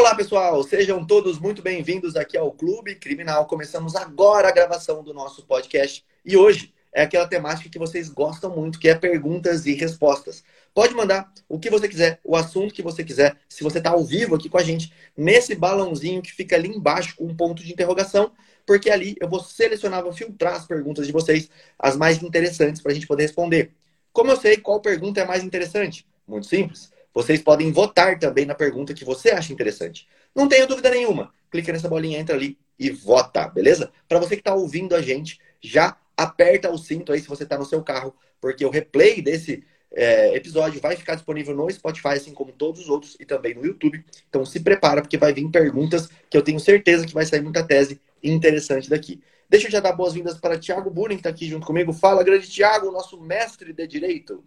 Olá, pessoal! Sejam todos muito bem-vindos aqui ao Clube Criminal. Começamos agora a gravação do nosso podcast. E hoje é aquela temática que vocês gostam muito, que é perguntas e respostas. Pode mandar o que você quiser, o assunto que você quiser. Se você está ao vivo aqui com a gente, nesse balãozinho que fica ali embaixo com um ponto de interrogação, porque ali eu vou selecionar, vou filtrar as perguntas de vocês, as mais interessantes, para a gente poder responder. Como eu sei qual pergunta é mais interessante? Muito simples. Vocês podem votar também na pergunta que você acha interessante. Não tenha dúvida nenhuma. Clica nessa bolinha, entra ali e vota, beleza? Para você que está ouvindo a gente, já aperta o cinto aí se você está no seu carro, porque o replay desse episódio vai ficar disponível no Spotify, assim como todos os outros, e também no YouTube. Então se prepara, porque vai vir perguntas que eu tenho certeza que vai sair muita tese interessante daqui. Deixa eu já dar boas-vindas para Thiago Bunin, que está aqui junto comigo. Fala, grande Thiago, nosso mestre de Direito.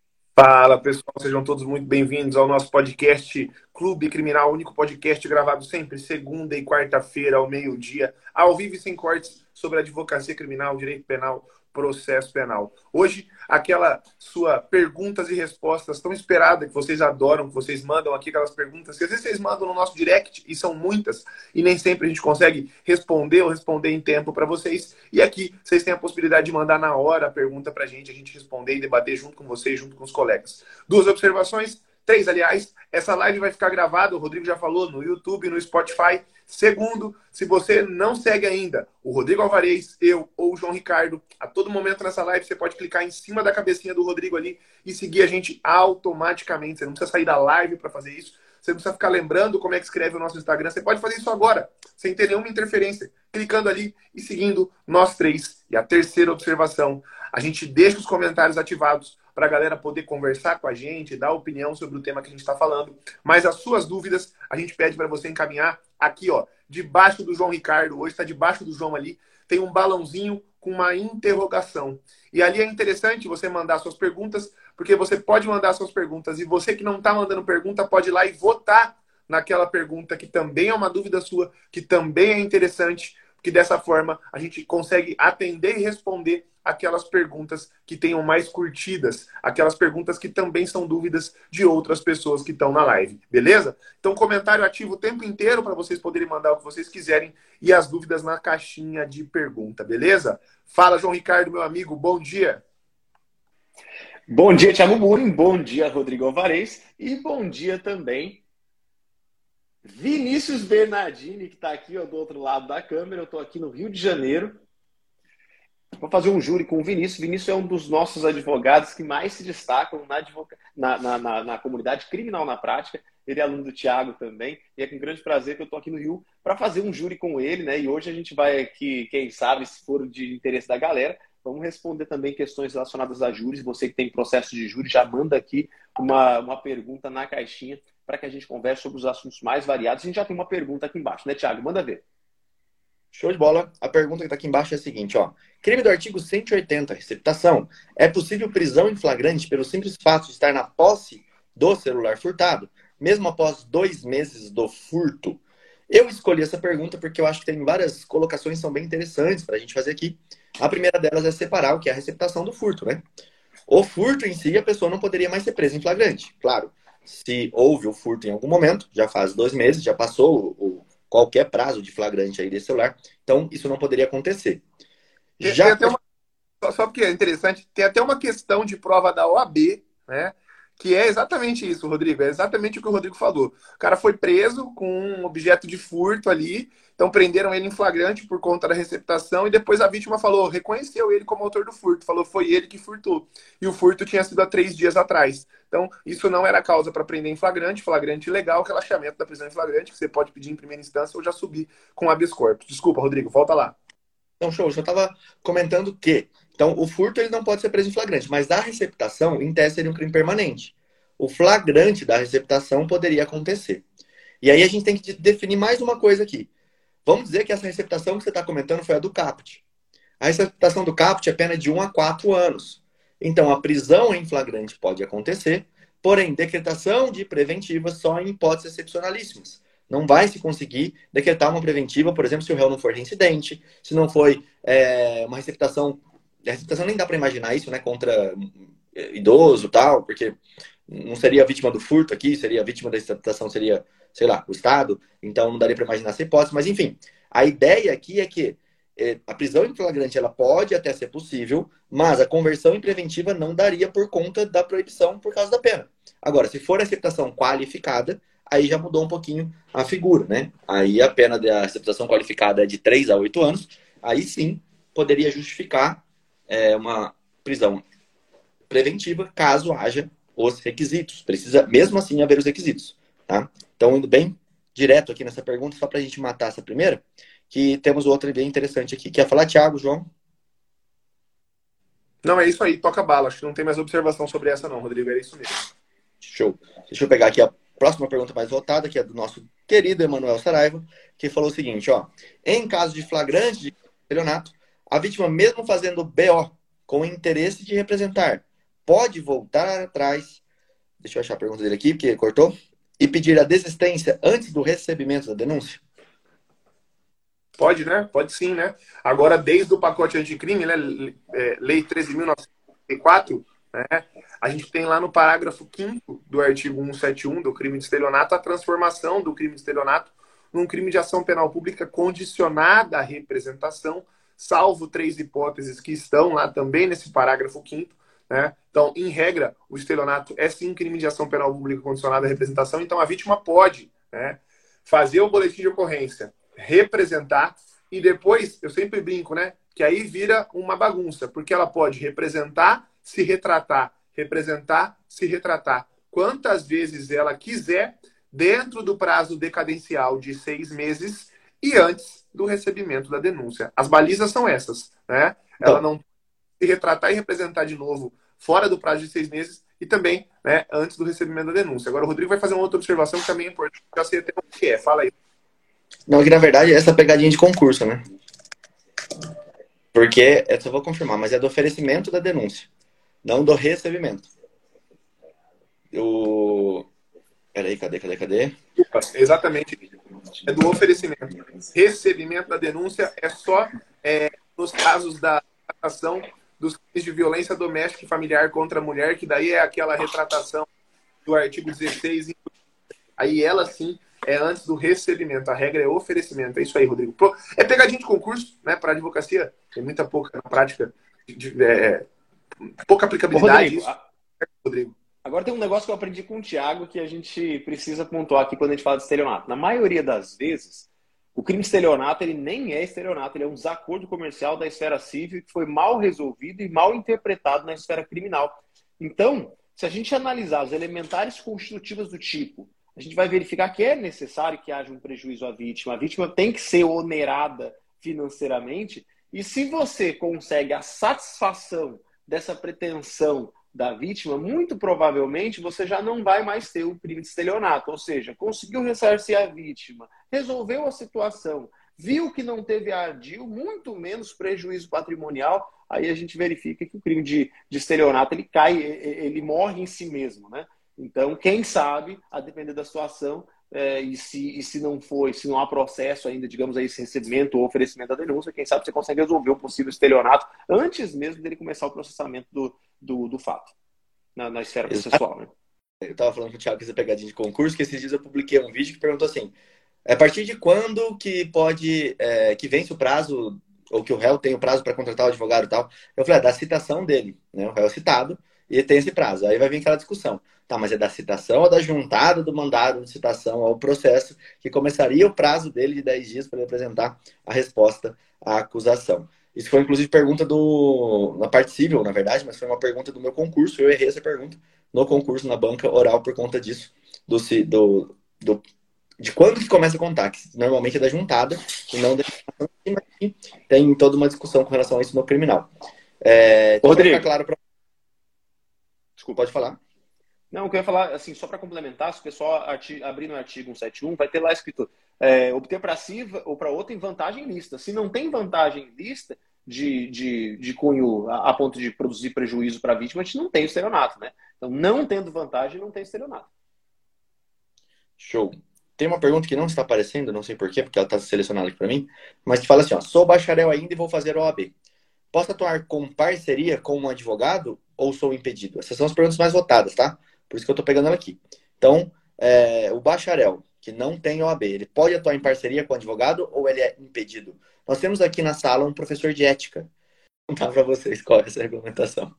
Fala, pessoal, sejam todos muito bem-vindos ao nosso podcast Clube Criminal, único podcast gravado sempre segunda e quarta-feira ao meio-dia, ao vivo e sem cortes, sobre advocacia criminal, direito penal, processo penal. Hoje, aquela sua perguntas e respostas tão esperada, que vocês adoram, que vocês mandam aqui, aquelas perguntas que às vezes vocês mandam no nosso direct, e são muitas, e nem sempre a gente consegue responder ou responder em tempo para vocês. E aqui, vocês têm a possibilidade de mandar na hora a pergunta para a gente responder e debater junto com vocês, junto com os colegas. 2 observações, 3, aliás. Essa live vai ficar gravada, o Rodrigo já falou, no YouTube, no Spotify. Segundo, se você não segue ainda o Rodrigo Alvarez, eu ou o João Ricardo, a todo momento nessa live você pode clicar em cima da cabecinha do Rodrigo ali e seguir a gente automaticamente. Você não precisa sair da live para fazer isso. Você não precisa ficar lembrando como é que escreve o nosso Instagram. Você pode fazer isso agora, sem ter nenhuma interferência, clicando ali e seguindo nós 3. E a terceira observação, a gente deixa os comentários ativados para a galera poder conversar com a gente, dar opinião sobre o tema que a gente está falando. Mas as suas dúvidas, a gente pede para você encaminhar aqui, ó, debaixo do João Ricardo. Hoje está debaixo do João ali. Tem um balãozinho com uma interrogação. E ali é interessante você mandar suas perguntas, porque você pode mandar suas perguntas. E você que não está mandando pergunta, pode ir lá e votar naquela pergunta que também é uma dúvida sua, que também é interessante, porque dessa forma a gente consegue atender e responder aquelas perguntas que tenham mais curtidas, aquelas perguntas que também são dúvidas de outras pessoas que estão na live, beleza? Então, comentário ativo o tempo inteiro para vocês poderem mandar o que vocês quiserem e as dúvidas na caixinha de pergunta, beleza? Fala, João Ricardo, meu amigo, bom dia. Bom dia, Thiago Bunin, bom dia, Rodrigo Alvarez, e bom dia também Vinícius Bernardini, que está aqui ó, do outro lado da câmera. Eu estou aqui no Rio de Janeiro. Vou fazer um júri com o Vinícius. Vinícius é um dos nossos advogados que mais se destacam na comunidade criminal na prática. Ele é aluno do Thiago também. E é com grande prazer que eu estou aqui no Rio para fazer um júri com ele, né? E hoje a gente vai aqui, quem sabe, se for de interesse da galera, vamos responder também questões relacionadas a júris. Você que tem processo de júri, já manda aqui uma pergunta na caixinha para que a gente converse sobre os assuntos mais variados. A gente já tem uma pergunta aqui embaixo, né, Thiago? Manda ver. Show de bola. A pergunta que está aqui embaixo é a seguinte, ó. Crime do artigo 180, receptação. É possível prisão em flagrante pelo simples fato de estar na posse do celular furtado, mesmo após 2 meses do furto? Eu escolhi essa pergunta porque eu acho que tem várias colocações que são bem interessantes para a gente fazer aqui. A primeira delas é separar o que é a receptação do furto, né? O furto em si, a pessoa não poderia mais ser presa em flagrante, claro. Se houve o furto em algum momento, já faz 2 meses, já passou qualquer prazo de flagrante aí desse celular, então isso não poderia acontecer. Tem até só porque é interessante, tem até uma questão de prova da OAB, né? Que é exatamente isso, Rodrigo. É exatamente o que o Rodrigo falou. O cara foi preso com um objeto de furto ali, então prenderam ele em flagrante por conta da receptação e depois a vítima falou, reconheceu ele como autor do furto, falou foi ele que furtou. E o furto tinha sido há 3 dias atrás. Então, isso não era causa para prender em flagrante, flagrante legal, relaxamento da prisão em flagrante, que você pode pedir em primeira instância ou já subir com habeas corpus. Desculpa, Rodrigo, volta lá. Então, show, eu já estava comentando que então, o furto ele não pode ser preso em flagrante, mas a receptação, em tese, seria um crime permanente. O flagrante da receptação poderia acontecer. E aí a gente tem que definir mais uma coisa aqui. Vamos dizer que essa receptação que você está comentando foi a do caput. A receptação do caput é pena de 1 a 4 anos. Então, a prisão em flagrante pode acontecer, porém, decretação de preventiva só em hipóteses excepcionalíssimas. Não vai se conseguir decretar uma preventiva, por exemplo, se o réu não for reincidente, se não foi uma receptação. A receptação nem dá para imaginar isso, né? Contra idoso e tal, porque não seria a vítima do furto aqui, seria a vítima da receptação, seria sei lá, o Estado, então não daria para imaginar essa hipótese, mas enfim, a ideia aqui é que a prisão em flagrante ela pode até ser possível, mas a conversão em preventiva não daria por conta da proibição por causa da pena. Agora, se for receptação qualificada, aí já mudou um pouquinho a figura, né? Aí a pena da receptação qualificada é de 3 a 8 anos, aí sim poderia justificar uma prisão preventiva, caso haja os requisitos. Precisa, mesmo assim, haver os requisitos. Tá? Então, indo bem direto aqui nessa pergunta, só para a gente matar essa primeira, que temos outra bem interessante aqui. Quer falar, Thiago, João? Não, é isso aí, toca bala. Acho que não tem mais observação sobre essa não, Rodrigo. É isso mesmo. Show. Deixa eu pegar aqui a próxima pergunta mais votada, que é do nosso querido Emanuel Saraiva, que falou o seguinte, ó. Em caso de flagrante de estelionato, a vítima, mesmo fazendo BO com interesse de representar, pode voltar atrás, deixa eu achar a pergunta dele aqui, porque cortou, e pedir a desistência antes do recebimento da denúncia? Pode, né? Pode sim, né? Agora, desde o pacote anticrime, né? Lei 13.904, né? A gente tem lá no parágrafo 5º do artigo 171 do crime de estelionato a transformação do crime de estelionato num crime de ação penal pública condicionada à representação, salvo 3 hipóteses que estão lá também nesse parágrafo 5º, né? Então, em regra, o estelionato é sim crime de ação penal pública condicionada à representação, então a vítima pode, né, fazer o boletim de ocorrência, representar, e depois, eu sempre brinco, né, que aí vira uma bagunça, porque ela pode representar, se retratar, representar, se retratar, quantas vezes ela quiser, dentro do prazo decadencial de 6 meses e antes do recebimento da denúncia. As balizas são essas, né? Ela não se retratar e representar de novo fora do prazo de 6 meses e também, né, antes do recebimento da denúncia. Agora o Rodrigo vai fazer uma outra observação que também é importante, que eu sei até o que é. Fala aí. Não, que na verdade é essa pegadinha de concurso, né? Porque, eu só vou confirmar, mas é do oferecimento da denúncia, não do recebimento. Peraí, cadê? Exatamente. É do oferecimento. Recebimento da denúncia é só nos casos da ação dos crimes de violência doméstica e familiar contra a mulher, que daí é aquela retratação do artigo 16. Aí ela sim é antes do recebimento. A regra é oferecimento. É isso aí, Rodrigo. É pegadinha de concurso, né? Para advocacia. Tem muita pouca prática, pouca aplicabilidade. Rodrigo, isso. Rodrigo. Agora tem um negócio que eu aprendi com o Thiago que a gente precisa pontuar aqui quando a gente fala de estelionato. Na maioria das vezes, o crime de estelionato ele nem é estelionato, ele é um desacordo comercial da esfera civil que foi mal resolvido e mal interpretado na esfera criminal. Então, se a gente analisar os elementares constitutivos do tipo, a gente vai verificar que é necessário que haja um prejuízo à vítima. A vítima tem que ser onerada financeiramente. E se você consegue a satisfação dessa pretensão da vítima, muito provavelmente você já não vai mais ter o crime de estelionato. Ou seja, conseguiu ressarcir a vítima, resolveu a situação, viu que não teve ardil, muito menos prejuízo patrimonial, aí a gente verifica que o crime de estelionato ele cai, ele morre em si mesmo, né? Então, quem sabe, a depender da situação, e se não há processo ainda, digamos aí, esse recebimento ou oferecimento da denúncia, quem sabe você consegue resolver um possível estelionato antes mesmo dele começar o processamento do fato, na esfera processual, né? Eu estava falando com o Thiago que essa pegadinha de concurso, que esses dias eu publiquei um vídeo que perguntou assim, a partir de quando que pode, que vence o prazo, ou que o réu tem o prazo para contratar o advogado e tal? Eu falei, da citação dele, né? O réu é citado e tem esse prazo. Aí vai vir aquela discussão. Tá, mas é da citação ou da juntada do mandado de citação ao processo que começaria o prazo dele de 10 dias para ele apresentar a resposta à acusação. Isso foi, inclusive, pergunta na parte civil, na verdade, mas foi uma pergunta do meu concurso. Eu errei essa pergunta no concurso, na banca oral, por conta disso, de quando que começa a contar, que normalmente é da juntada e não da citação, mas tem toda uma discussão com relação a isso no criminal. Então, Rodrigo, ficar claro pra... Desculpa, pode falar. Não, o que eu ia falar, assim, só para complementar, se o pessoal abrir no artigo 171, vai ter lá escrito obter para si ou para outro em vantagem lista. Se não tem vantagem lista de cunho a ponto de produzir prejuízo para a vítima, a gente não tem o estelionato, né? Então, não tendo vantagem, não tem estelionato. Show. Tem uma pergunta que não está aparecendo, não sei porquê, porque ela está selecionada aqui para mim, mas que fala assim, ó, sou bacharel ainda e vou fazer OAB. Posso atuar com parceria com um advogado ou sou impedido? Essas são as perguntas mais votadas, tá? Por isso que eu estou pegando ela aqui. Então, o bacharel, que não tem OAB, ele pode atuar em parceria com o advogado ou ele é impedido? Nós temos aqui na sala um professor de ética. Vou contar para vocês qual é essa regulamentação.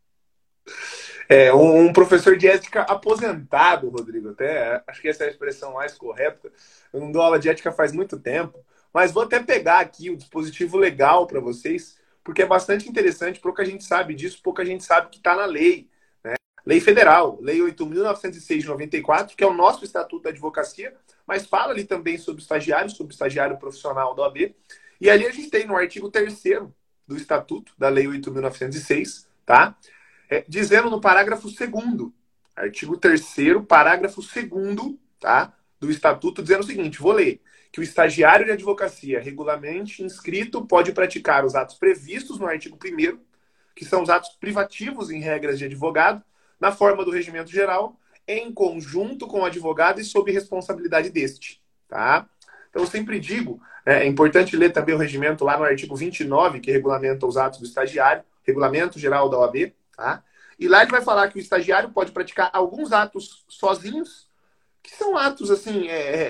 Um professor de ética aposentado, Rodrigo, até acho que essa é a expressão mais correta. Eu não dou aula de ética faz muito tempo, mas vou até pegar aqui o dispositivo legal para vocês, porque é bastante interessante, pouca gente sabe disso, pouca gente sabe que está na lei, né? Lei Federal, Lei 8.906 de 94, que é o nosso Estatuto da Advocacia, mas fala ali também sobre estagiário profissional da OAB. E ali a gente tem no artigo 3º do Estatuto da Lei 8.906, tá? Dizendo no parágrafo 2º, artigo 3º, parágrafo 2º, tá, do Estatuto, dizendo o seguinte, vou ler, que o estagiário de advocacia regularmente inscrito pode praticar os atos previstos no artigo 1º, que são os atos privativos em regras de advogado, na forma do regimento geral, em conjunto com o advogado e sob responsabilidade deste, tá? Então, eu sempre digo, é importante ler também o regimento lá no artigo 29, que regulamenta os atos do estagiário, regulamento geral da OAB, tá? E lá ele vai falar que o estagiário pode praticar alguns atos sozinhos, que são atos, assim,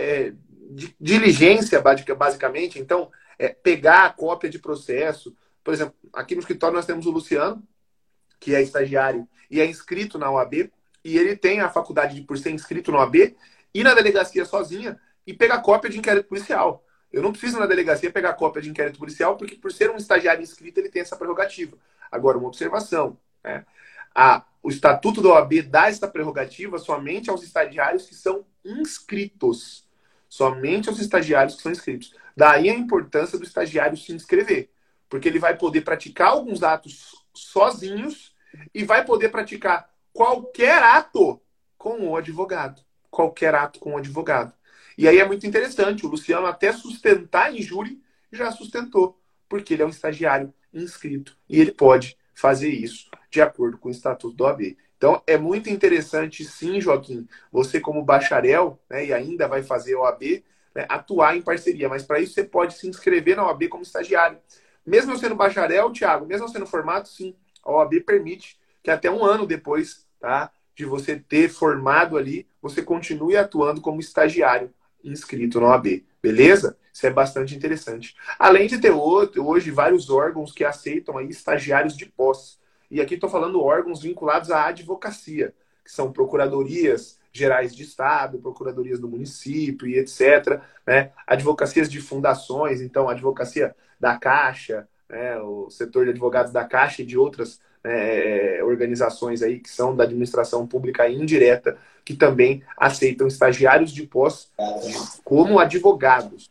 de diligência, basicamente. Então, pegar a cópia de processo. Por exemplo, aqui no escritório nós temos o Luciano, que é estagiário e é inscrito na OAB, e ele tem a faculdade de, por ser inscrito na OAB, ir na delegacia sozinha e pegar cópia de inquérito policial. Eu não preciso na delegacia pegar cópia de inquérito policial, porque por ser um estagiário inscrito, ele tem essa prerrogativa. Agora, uma observação, né? O Estatuto da OAB dá essa prerrogativa somente aos estagiários que são inscritos. Somente aos estagiários que são inscritos. Daí a importância do estagiário se inscrever. Porque ele vai poder praticar alguns atos sozinhos e vai poder praticar qualquer ato com o advogado. Qualquer ato com o advogado. E aí é muito interessante. O Luciano até sustentar em júri já sustentou. Porque ele é um estagiário inscrito. E ele pode fazer isso de acordo com o Estatuto da OAB. Então, é muito interessante, sim, Joaquim, você como bacharel, né, e ainda vai fazer a OAB, né, atuar em parceria. Mas, para isso, você pode se inscrever na OAB como estagiário. Mesmo eu sendo bacharel, Thiago, mesmo eu sendo formado, sim, a OAB permite que até um ano depois, tá, de você ter formado ali, você continue atuando como estagiário inscrito na OAB. Beleza? Isso é bastante interessante. Além de ter hoje vários órgãos que aceitam aí estagiários de pós. E aqui estou falando órgãos vinculados à advocacia, que são procuradorias gerais de Estado, procuradorias do município e etc. Né? Advocacias de fundações, então, a advocacia da Caixa, né? O setor de advogados da Caixa e de outras organizações aí que são da administração pública indireta, que também aceitam estagiários de pós como advogados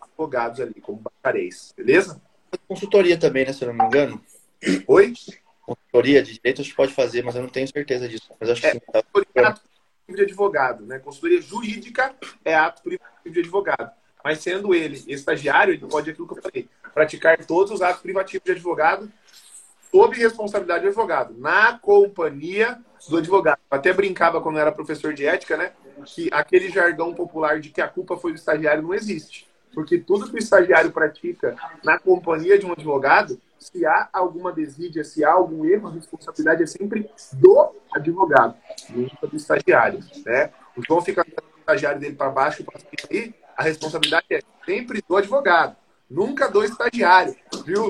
ali, como bacharéis, beleza? Consultoria também, né, se eu não me engano. Oi? Consultoria de direito a gente pode fazer, mas eu não tenho certeza disso. Mas acho que sim. Consultoria é ato privativo de advogado, né? Consultoria jurídica é ato privativo de advogado. Mas sendo ele estagiário, ele pode, aquilo que eu falei, praticar todos os atos privativos de advogado sob responsabilidade do advogado, na companhia do advogado. Eu até brincava quando eu era professor de ética, né? Que aquele jargão popular de que a culpa foi do estagiário não existe. Porque tudo que o estagiário pratica na companhia de um advogado, se há alguma desídia, se há algum erro, a responsabilidade é sempre do advogado, nunca do estagiário, né? O João fica com o estagiário dele para baixo, para cima aí, a responsabilidade é sempre do advogado, nunca do estagiário, viu?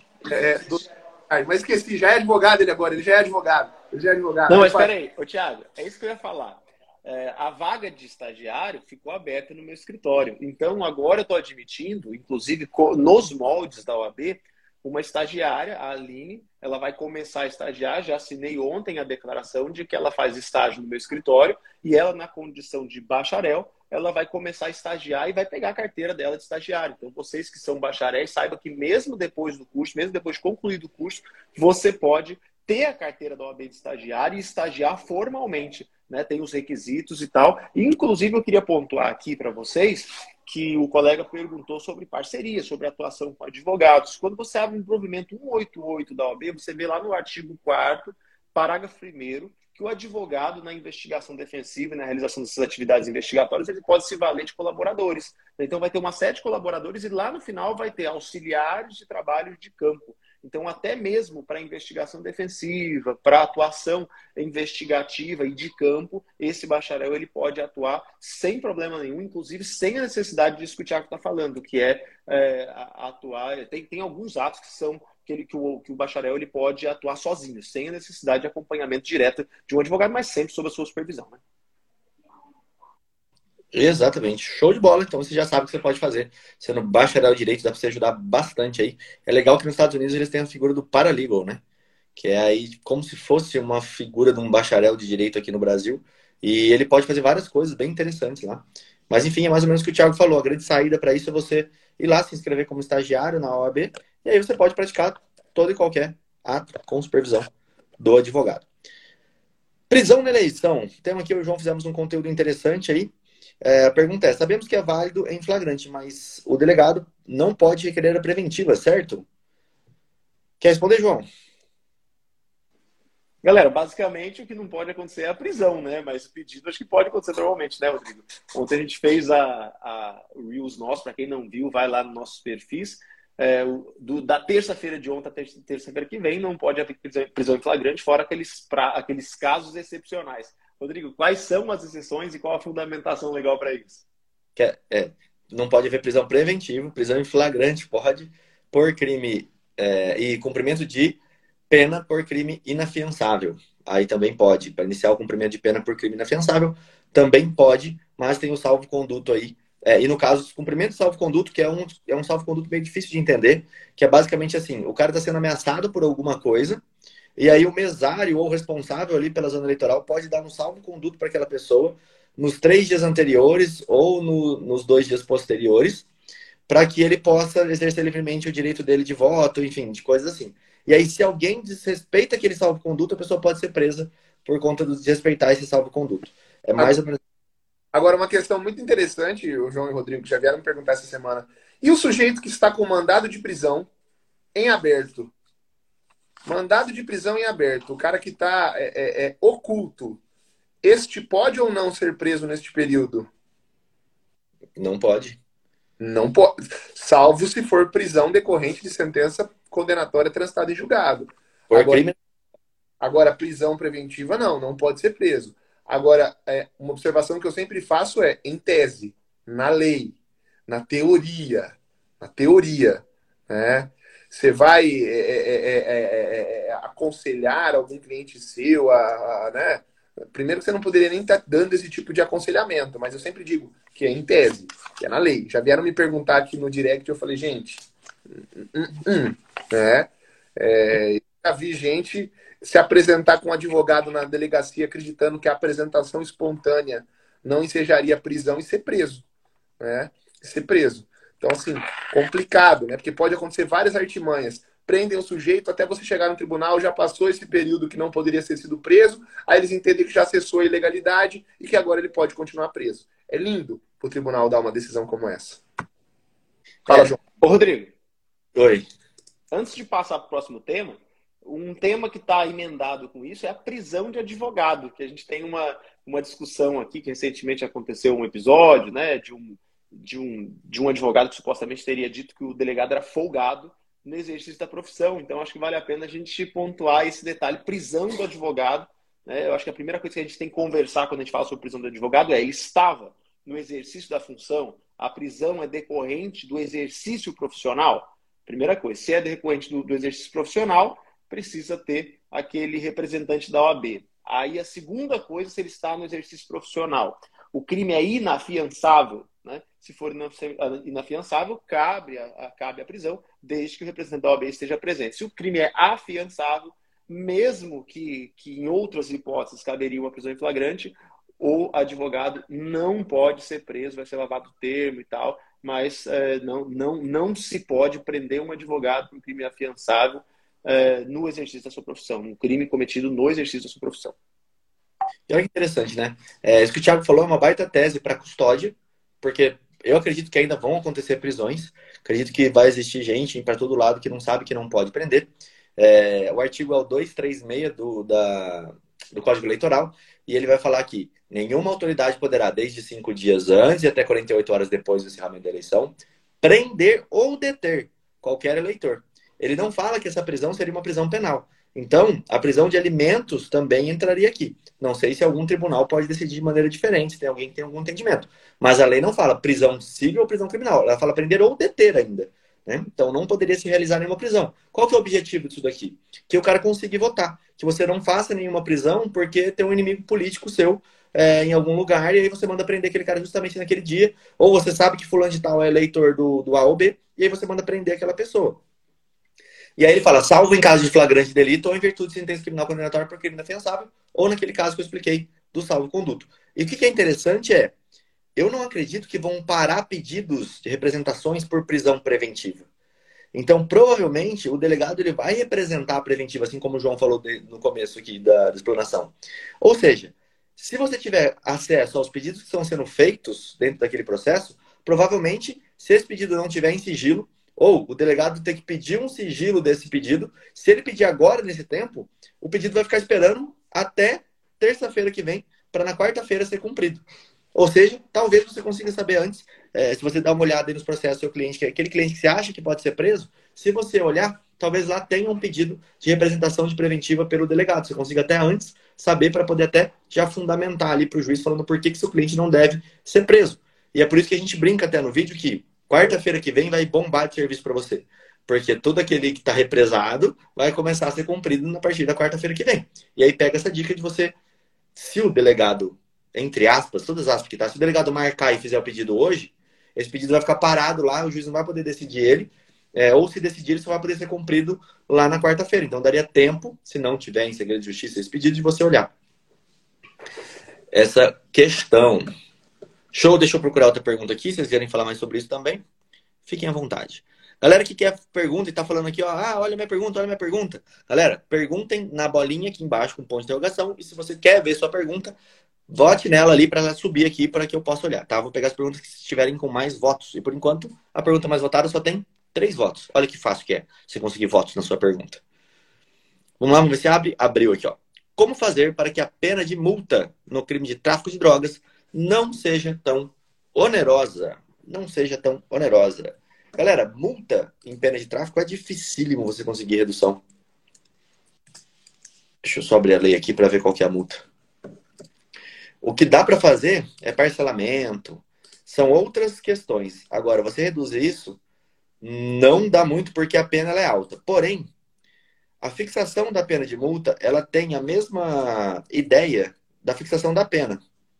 Mas esqueci, já é advogado ele agora, ele já é advogado. Não, mas espera aí, ô Thiago, é isso que eu ia falar. A vaga de estagiário ficou aberta no meu escritório. Então, agora eu estou admitindo, inclusive nos moldes da OAB, uma estagiária, a Aline, ela vai começar a estagiar. Já assinei ontem a declaração de que ela faz estágio no meu escritório e ela, na condição de bacharel, ela vai começar a estagiar e vai pegar a carteira dela de estagiário. Então, vocês que são bacharéis, saibam que mesmo depois do curso, mesmo depois de concluído o curso, você pode ter a carteira da OAB de estagiário e estagiar formalmente, né? Tem os requisitos e tal. E, inclusive, eu queria pontuar aqui para vocês que o colega perguntou sobre parceria, sobre atuação com advogados. Quando você abre um provimento 188 da OAB, você vê lá no artigo 4º, parágrafo 1º, que o advogado, na investigação defensiva e na realização dessas atividades investigatórias, ele pode se valer de colaboradores. Então, vai ter uma série de colaboradores e lá no final vai ter auxiliares de trabalho de campo. Então, até mesmo para investigação defensiva, para atuação investigativa e de campo, esse bacharel ele pode atuar sem problema nenhum, inclusive sem a necessidade disso que o Thiago está falando, que atuar. Tem alguns atos que são que o bacharel ele pode atuar sozinho, sem a necessidade de acompanhamento direto de um advogado, mas sempre sob a sua supervisão, né? Exatamente. Show de bola. Então você já sabe o que você pode fazer. Sendo bacharel em direito, dá para você ajudar bastante aí. É legal que nos Estados Unidos eles têm a figura do paralegal, né? Que é aí como se fosse uma figura de um bacharel de direito aqui no Brasil. E ele pode fazer várias coisas bem interessantes lá. Mas enfim, é mais ou menos o que o Thiago falou. A grande saída para isso é você ir lá se inscrever como estagiário na OAB. E aí você pode praticar todo e qualquer ato com supervisão do advogado. Prisão na eleição. Tema que eu e o João fizemos um conteúdo interessante aí. A pergunta é, sabemos que é válido em flagrante, mas o delegado não pode requerer a preventiva, certo? Quer responder, João? Galera, basicamente o que não pode acontecer é a prisão, né? Mas o pedido acho que pode acontecer normalmente, né, Rodrigo? Ontem a gente fez a Reels nosso, para quem não viu, vai lá nos nossos perfis. Da terça-feira de ontem até terça-feira que vem, não pode haver prisão em flagrante, fora aqueles casos excepcionais. Rodrigo, quais são as exceções e qual a fundamentação legal para isso? Não pode haver prisão preventiva, prisão em flagrante pode, por crime e cumprimento de pena por crime inafiançável. Aí também pode. Para iniciar o cumprimento de pena por crime inafiançável, também pode, mas tem o salvo-conduto aí. E no caso do cumprimento do salvo-conduto, que é um salvo-conduto meio difícil de entender, que é basicamente assim, o cara está sendo ameaçado por alguma coisa, e aí o mesário ou o responsável ali pela zona eleitoral pode dar um salvo-conduto para aquela pessoa nos 3 dias anteriores ou nos 2 dias posteriores, para que ele possa exercer livremente o direito dele de voto, enfim, de coisas assim. E aí, se alguém desrespeita aquele salvo-conduto, a pessoa pode ser presa por conta de desrespeitar esse salvo-conduto. É mais ou menos. Agora, uma questão muito interessante, o João e o Rodrigo já vieram me perguntar essa semana. E o sujeito que está com mandado de prisão em aberto? Mandado de prisão em aberto. O cara que está oculto. Este pode ou não ser preso neste período? Não pode. Não pode. Salvo se for prisão decorrente de sentença condenatória transitada em julgado. Agora, prisão preventiva, não pode ser preso. Agora, uma observação que eu sempre faço é, em tese, na lei, na teoria, né? Você vai aconselhar algum cliente seu, né? Primeiro que você não poderia nem estar dando esse tipo de aconselhamento, mas eu sempre digo que é em tese, que é na lei. Já vieram me perguntar aqui no direct, eu falei, gente, né? Já vi gente se apresentar com um advogado na delegacia acreditando que a apresentação espontânea não ensejaria prisão e ser preso, né? Ser preso. Então, assim, complicado, né? Porque pode acontecer várias artimanhas. Prendem o sujeito até você chegar no tribunal, já passou esse período que não poderia ter sido preso, aí eles entendem que já cessou a ilegalidade e que agora ele pode continuar preso. É lindo pro tribunal dar uma decisão como essa. Fala, João. Ô, Rodrigo. Oi. Antes de passar para o próximo tema, um tema que está emendado com isso é a prisão de advogado, que a gente tem uma discussão aqui, que recentemente aconteceu um episódio, né, de um advogado que supostamente teria dito que o delegado era folgado no exercício da profissão. Então, acho que vale a pena a gente pontuar esse detalhe, prisão do advogado. Né? Eu acho que a primeira coisa que a gente tem que conversar quando a gente fala sobre prisão do advogado ele estava no exercício da função, a prisão é decorrente do exercício profissional? Primeira coisa, se é decorrente do exercício profissional, precisa ter aquele representante da OAB. Aí a segunda coisa, se ele está no exercício profissional. O crime é inafiançável, né? Se for inafiançável, cabe a prisão, desde que o representante da OAB esteja presente. Se o crime é afiançável, mesmo que em outras hipóteses caberia uma prisão em flagrante, o advogado não pode ser preso, vai ser lavado o termo e tal, mas não se pode prender um advogado por um crime afiançável no exercício da sua profissão, um crime cometido no exercício da sua profissão. E olha que interessante, né? Isso que o Thiago falou é uma baita tese para custódia, porque eu acredito que ainda vão acontecer prisões, acredito que vai existir gente para todo lado que não sabe que não pode prender. O artigo é o 236 do Código Eleitoral, e ele vai falar que nenhuma autoridade poderá, desde 5 dias antes e até 48 horas depois do encerramento da eleição, prender ou deter qualquer eleitor, ele não fala que essa prisão seria uma prisão penal. Então, a prisão de alimentos também entraria aqui. Não sei se algum tribunal pode decidir de maneira diferente, se tem alguém que tem algum entendimento. Mas a lei não fala prisão civil ou prisão criminal. Ela fala prender ou deter ainda. Né? Então, não poderia se realizar nenhuma prisão. Qual que é o objetivo disso daqui? Que o cara consiga votar. Que você não faça nenhuma prisão porque tem um inimigo político seu em algum lugar e aí você manda prender aquele cara justamente naquele dia. Ou você sabe que fulano de tal é eleitor do A ou B e aí você manda prender aquela pessoa. E aí ele fala, salvo em caso de flagrante delito ou em virtude de sentença criminal condenatória por crime indefensável, ou naquele caso que eu expliquei do salvo-conduto. E o que é interessante eu não acredito que vão parar pedidos de representações por prisão preventiva. Então, provavelmente, o delegado ele vai representar a preventiva, assim como o João falou no começo aqui da explanação. Ou seja, se você tiver acesso aos pedidos que estão sendo feitos dentro daquele processo, provavelmente, se esse pedido não tiver em sigilo, ou o delegado tem que pedir um sigilo desse pedido. Se ele pedir agora, nesse tempo, o pedido vai ficar esperando até terça-feira que vem, para na quarta-feira ser cumprido. Ou seja, talvez você consiga saber antes, se você dá uma olhada aí nos processos do seu cliente, que é aquele cliente que você acha que pode ser preso, se você olhar, talvez lá tenha um pedido de representação de preventiva pelo delegado. Você consiga até antes saber para poder até já fundamentar ali para o juiz falando por que seu cliente não deve ser preso. E é por isso que a gente brinca até no vídeo que quarta-feira que vem vai bombar de serviço para você. Porque todo aquele que está represado vai começar a ser cumprido na partir da quarta-feira que vem. E aí pega essa dica de você, se o delegado, entre aspas, todas as aspas que tá, se o delegado marcar e fizer o pedido hoje, esse pedido vai ficar parado lá, o juiz não vai poder decidir ele, ou se decidir, ele só vai poder ser cumprido lá na quarta-feira. Então daria tempo, se não tiver em segredo de justiça esse pedido, de você olhar essa questão. Show, deixa eu procurar outra pergunta aqui. Se vocês querem falar mais sobre isso também, fiquem à vontade. Galera que quer pergunta e tá falando aqui, ó, olha minha pergunta, olha minha pergunta. Galera, perguntem na bolinha aqui embaixo com ponto de interrogação. E se você quer ver sua pergunta, vote nela ali para ela subir aqui para que eu possa olhar, tá? Vou pegar as perguntas que estiverem com mais votos. E por enquanto, a pergunta mais votada só tem 3 votos. Olha que fácil que é você conseguir votos na sua pergunta. Vamos lá, vamos ver se abre. Abriu aqui, ó. Como fazer para que a pena de multa no crime de tráfico de drogas não seja tão onerosa? Não seja tão onerosa. Galera, multa em pena de tráfico é dificílimo você conseguir redução. Deixa eu só abrir a lei aqui para ver qual que é a multa. O que dá para fazer é parcelamento. São outras questões. Agora, você reduzir isso não dá muito porque a pena ela é alta. Porém, a fixação da pena de multa, ela tem a mesma ideia da fixação da pena.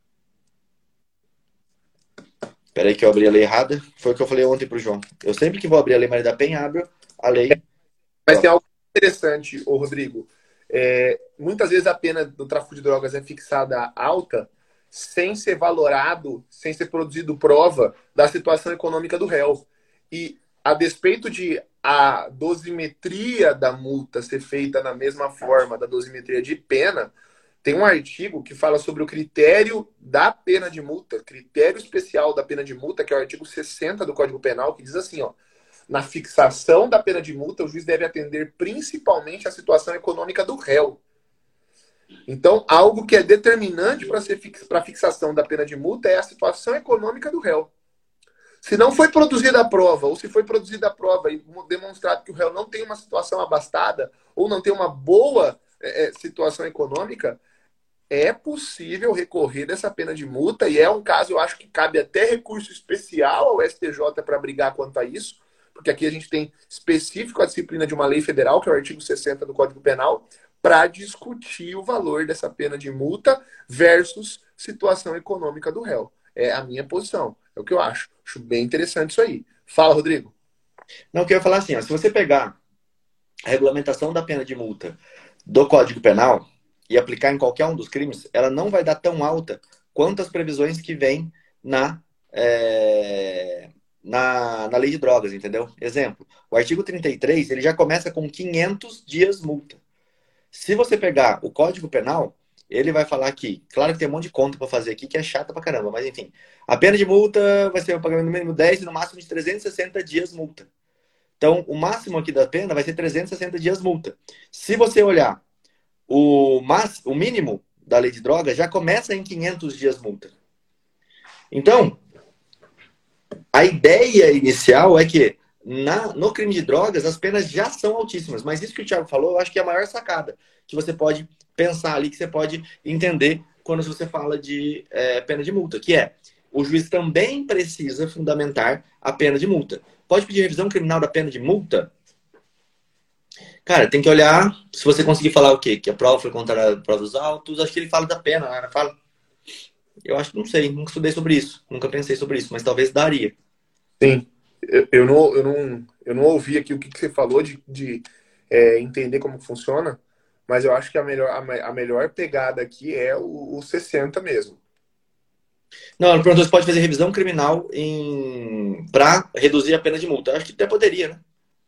Espera aí que eu abri a lei errada. Foi o que eu falei ontem pro João. Eu sempre que vou abrir a lei Maria da Penha, abro a lei. Mas tem algo interessante, ô Rodrigo. Muitas vezes a pena do tráfico de drogas é fixada alta sem ser valorado, sem ser produzido prova da situação econômica do réu. E a despeito de a dosimetria da multa ser feita na mesma forma da dosimetria de pena, tem um artigo que fala sobre o critério da pena de multa, critério especial da pena de multa, que é o artigo 60 do Código Penal, que diz assim, ó, na fixação da pena de multa, o juiz deve atender principalmente a situação econômica do réu. Então, algo que é determinante para a fixação da pena de multa é a situação econômica do réu. Se não foi produzida a prova, ou se foi produzida a prova e demonstrado que o réu não tem uma situação abastada, ou não tem uma boa situação econômica, é possível recorrer dessa pena de multa, e é um caso, eu acho que cabe até recurso especial ao STJ para brigar quanto a isso, porque aqui a gente tem específico a disciplina de uma lei federal, que é o artigo 60 do Código Penal, para discutir o valor dessa pena de multa versus situação econômica do réu. É a minha posição, é o que eu acho. Acho bem interessante isso aí. Fala, Rodrigo. Não, eu quero falar assim, ó, se você pegar a regulamentação da pena de multa do Código Penal e aplicar em qualquer um dos crimes, ela não vai dar tão alta quanto as previsões que vêm na lei de drogas, entendeu? Exemplo, o artigo 33, ele já começa com 500 dias multa. Se você pegar o Código Penal, ele vai falar que, claro que tem um monte de conta para fazer aqui que é chata pra caramba, mas enfim, a pena de multa vai ser o pagamento no mínimo 10 e no máximo de 360 dias multa. Então, o máximo aqui da pena vai ser 360 dias multa. Se você olhar o mínimo da lei de drogas, já começa em 500 dias multa. Então, a ideia inicial é que No crime de drogas, as penas já são altíssimas. Mas isso que o Thiago falou, eu acho que é a maior sacada que você pode pensar ali, que você pode entender quando você fala de pena de multa, que é o juiz também precisa fundamentar a pena de multa. Pode pedir revisão criminal da pena de multa? Cara, tem que olhar se você conseguir falar o quê? Que a prova foi contrária a provas autos. Acho que ele fala da pena, né? Fala. Eu acho que não sei, nunca estudei sobre isso, nunca pensei sobre isso, mas talvez daria. Sim. Eu não ouvi aqui o que você falou de entender como funciona, mas eu acho que a melhor pegada aqui é o 60 mesmo. Não, ele perguntou se pode fazer revisão criminal para reduzir a pena de multa. Acho que até poderia, né?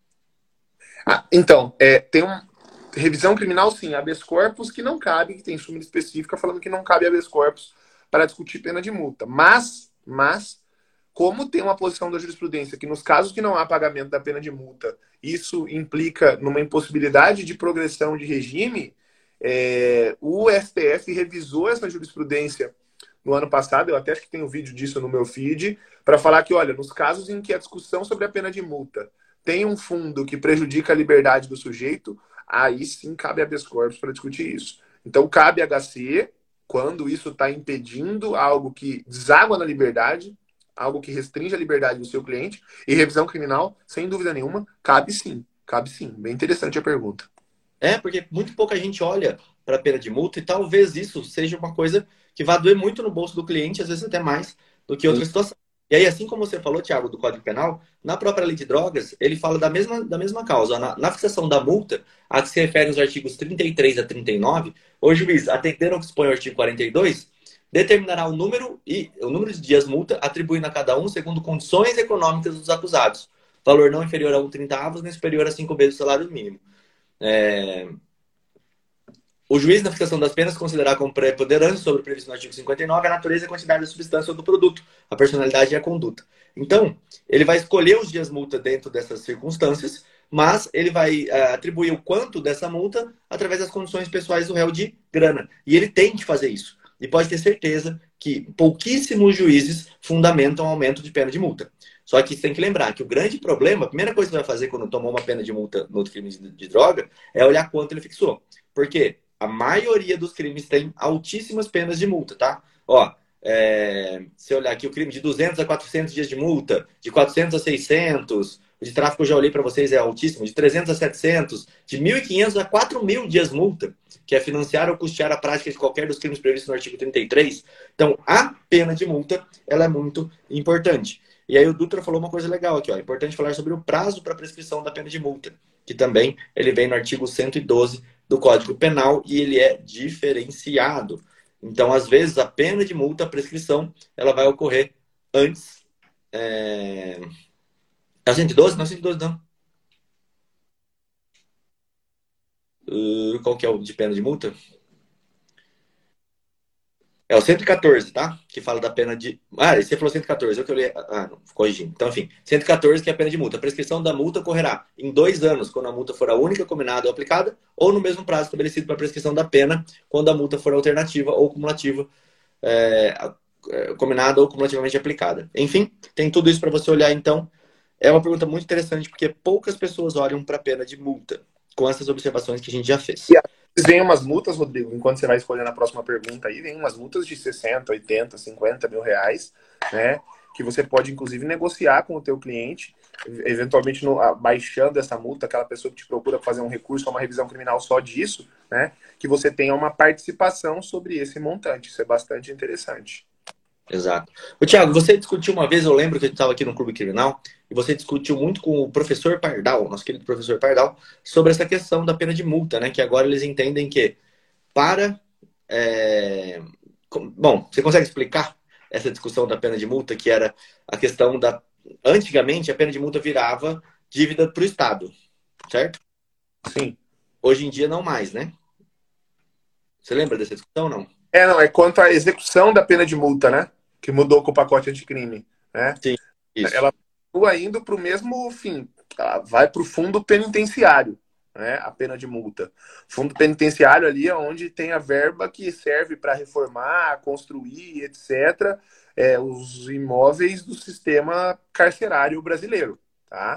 Ah, então, tem revisão criminal, sim, habeas corpus que não cabe, que tem súmula específica falando que não cabe habeas corpus para discutir pena de multa. Mas, como tem uma posição da jurisprudência que nos casos que não há pagamento da pena de multa, isso implica numa impossibilidade de progressão de regime, o STF revisou essa jurisprudência no ano passado, eu até acho que tem um vídeo disso no meu feed, para falar que, olha, nos casos em que a discussão sobre a pena de multa tem um fundo que prejudica a liberdade do sujeito, aí sim cabe habeas corpus para discutir isso. Então, cabe HC quando isso está impedindo algo que deságua na liberdade, algo que restringe a liberdade do seu cliente, e revisão criminal, sem dúvida nenhuma, cabe sim. Cabe sim. Bem interessante a pergunta. Porque muito pouca gente olha para a pena de multa e talvez isso seja uma coisa que vai doer muito no bolso do cliente, às vezes até mais do que outra situação. E aí, assim como você falou, Thiago, do Código Penal, na própria lei de drogas, ele fala da mesma causa. Na fixação da multa, a que se refere aos artigos 33 a 39, o juiz, atendendo ao que expõe o artigo 42, determinará o número de dias multa, atribuindo a cada um segundo condições econômicas dos acusados. Valor não inferior a 1,30 nem superior a 5 vezes o salário mínimo. O juiz, na fixação das penas, considerará como preponderante sobre o previsto no artigo 59 a natureza e a quantidade da substância ou do produto, a personalidade e a conduta. Então, ele vai escolher os dias multa dentro dessas circunstâncias, mas ele vai atribuir o quanto dessa multa através das condições pessoais do réu de grana. E ele tem que fazer isso. E pode ter certeza que pouquíssimos juízes fundamentam aumento de pena de multa. Só que você tem que lembrar que o grande problema, a primeira coisa que você vai fazer quando tomou uma pena de multa no crime de droga, é olhar quanto ele fixou. Por quê? A maioria dos crimes tem altíssimas penas de multa, tá? Se eu olhar aqui, o crime de 200 a 400 dias de multa, de 400 a 600, o de tráfico eu já olhei para vocês, é altíssimo, de 300 a 700, de 1.500 a 4.000 dias multa, que é financiar ou custear a prática de qualquer dos crimes previstos no artigo 33. Então, a pena de multa, ela é muito importante. E aí o Dutra falou uma coisa legal aqui, ó. É importante falar sobre o prazo para prescrição da pena de multa, que também ele vem no artigo 112 do Código Penal e ele é diferenciado. Então, às vezes, a pena de multa, a prescrição, ela vai ocorrer antes. É o 112? Não é 112, não. Qual que é o de pena de multa? É o 114, tá? Que fala da pena de. Você falou 114, eu que eu li. Não, corrigindo. Então, enfim, 114 que é a pena de multa. A prescrição da multa ocorrerá em 2 anos, quando a multa for a única combinada ou aplicada, ou no mesmo prazo estabelecido para a prescrição da pena, quando a multa for alternativa ou cumulativa, combinada ou cumulativamente aplicada. Enfim, tem tudo isso para você olhar, então. É uma pergunta muito interessante, porque poucas pessoas olham para a pena de multa, com essas observações que a gente já fez. E às vezes vem umas multas, Rodrigo, enquanto você vai escolhendo a próxima pergunta aí, vem umas multas de 60, 80, 50 mil reais, né? Que você pode, inclusive, negociar com o teu cliente, eventualmente baixando essa multa, aquela pessoa que te procura fazer um recurso ou uma revisão criminal só disso, né? Que você tenha uma participação sobre esse montante. Isso é bastante interessante. Exato. Thiago, você discutiu uma vez, eu lembro que a gente estava aqui no Clube Criminal, e você discutiu muito com o professor Pardal, nosso querido professor Pardal, sobre essa questão da pena de multa, né? Que agora eles entendem que para... Bom, você consegue explicar essa discussão da pena de multa, que era a questão da... Antigamente, a pena de multa virava dívida para o Estado, certo? Sim. Hoje em dia, não mais, né? Você lembra dessa discussão, não? Não, é quanto à execução da pena de multa, né? Que mudou com o pacote anticrime, né? Sim, isso. Ela continua indo para o mesmo fim. Ela vai para o fundo penitenciário, né? A pena de multa. Fundo penitenciário ali é onde tem a verba que serve para reformar, construir, etc., os imóveis do sistema carcerário brasileiro, tá?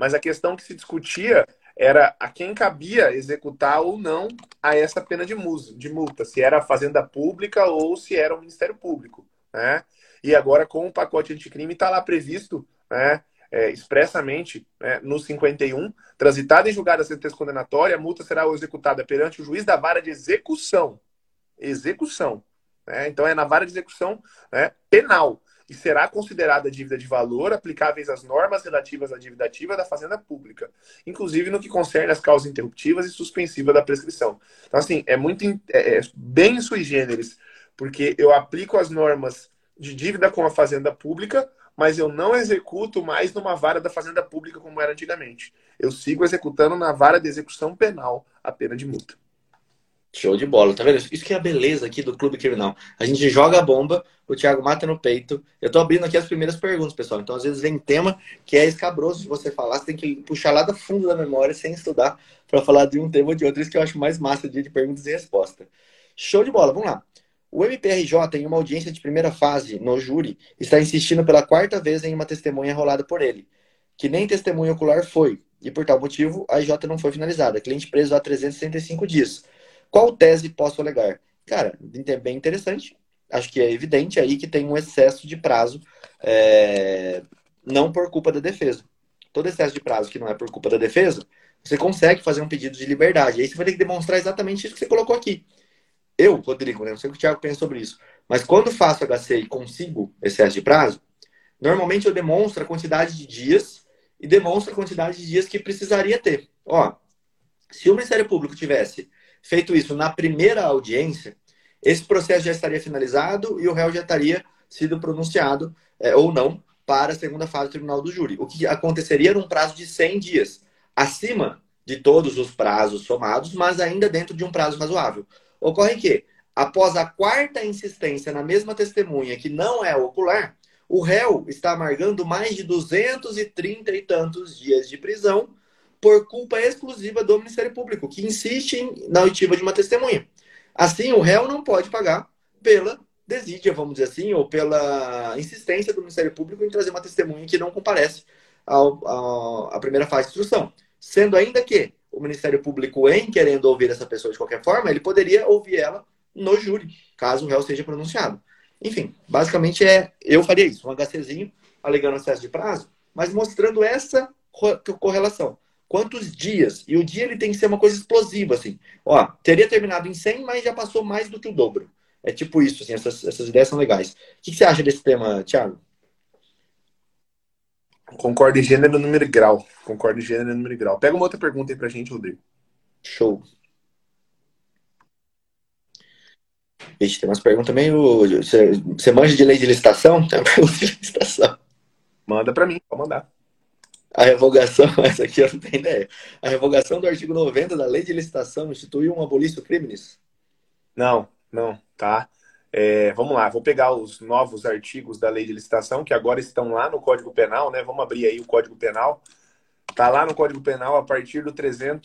Mas a questão que se discutia era a quem cabia executar ou não a essa pena de multa, se era a Fazenda Pública ou se era o Ministério Público, né? E agora, com o pacote anticrime, está lá previsto, né, expressamente, né, no 51, transitada em julgada a sentença condenatória, a multa será executada perante o juiz da vara de execução. Execução. Né? Então, é na vara de execução, né, penal. E será considerada dívida de valor aplicáveis às normas relativas à dívida ativa da Fazenda Pública, inclusive no que concerne às causas interruptivas e suspensivas da prescrição. Então, assim, bem sui generis, porque eu aplico as normas de dívida com a Fazenda Pública, mas eu não executo mais numa vara da Fazenda Pública como era antigamente. Eu sigo executando na vara de execução penal a pena de multa. Show de bola, tá vendo? Isso que é a beleza aqui do Clube Criminal. A gente joga a bomba, o Thiago mata no peito. Eu tô abrindo aqui as primeiras perguntas, pessoal. Então, às vezes, vem tema que é escabroso de você falar. Você tem que puxar lá do fundo da memória, sem estudar, para falar de um tema ou de outro. Isso que eu acho mais massa de perguntas e respostas. Show de bola, vamos lá. O MPRJ, em uma audiência de primeira fase no júri, está insistindo pela quarta vez em uma testemunha rolada por ele, que nem testemunha ocular foi. E, por tal motivo, a IJ não foi finalizada. Cliente preso há 365 dias. Qual tese posso alegar? Cara, bem interessante. Acho que é evidente aí que tem um excesso de prazo, não por culpa da defesa. Todo excesso de prazo que não é por culpa da defesa, você consegue fazer um pedido de liberdade. Aí você vai ter que demonstrar exatamente isso que você colocou aqui. Eu, Rodrigo, né? Não sei o que o Thiago pensa sobre isso. Mas quando faço HC e consigo excesso de prazo, normalmente eu demonstro a quantidade de dias e demonstro a quantidade de dias que precisaria ter. Ó, se o Ministério Público tivesse feito isso na primeira audiência, esse processo já estaria finalizado e o réu já estaria sido pronunciado ou não para a segunda fase do tribunal do júri. O que aconteceria num prazo de 100 dias, acima de todos os prazos somados, mas ainda dentro de um prazo razoável. Ocorre que, após a quarta insistência na mesma testemunha, que não é ocular, o réu está amargando mais de 230 e tantos dias de prisão por culpa exclusiva do Ministério Público, que insiste na oitiva de uma testemunha. Assim, o réu não pode pagar pela desídia, vamos dizer assim, ou pela insistência do Ministério Público em trazer uma testemunha que não comparece à primeira fase de instrução. Sendo ainda que o Ministério Público, em querendo ouvir essa pessoa de qualquer forma, ele poderia ouvir ela no júri, caso o réu seja pronunciado. Enfim, basicamente eu faria isso, um HCzinho, alegando excesso de prazo, mas mostrando essa correlação. Quantos dias? E o dia ele tem que ser uma coisa explosiva, assim. Ó, teria terminado em 100, mas já passou mais do que o dobro. É tipo isso, assim, essas ideias são legais. O que você acha desse tema, Thiago? Concordo em gênero, número e grau. Concordo em gênero, número e grau. Pega uma outra pergunta aí pra gente, Rodrigo. Show. Vixe, tem umas perguntas meio... Você manja de lei de licitação? Tem uma pergunta de licitação. Manda pra mim, pode mandar. A revogação, essa aqui eu não tenho ideia. A revogação do artigo 90 da Lei de Licitação instituiu um abolício crimes? Não, tá? Vamos lá, vou pegar os novos artigos da Lei de Licitação, que agora estão lá no Código Penal, né? Vamos abrir aí o Código Penal. Tá lá no Código Penal a partir do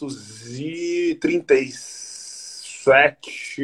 337.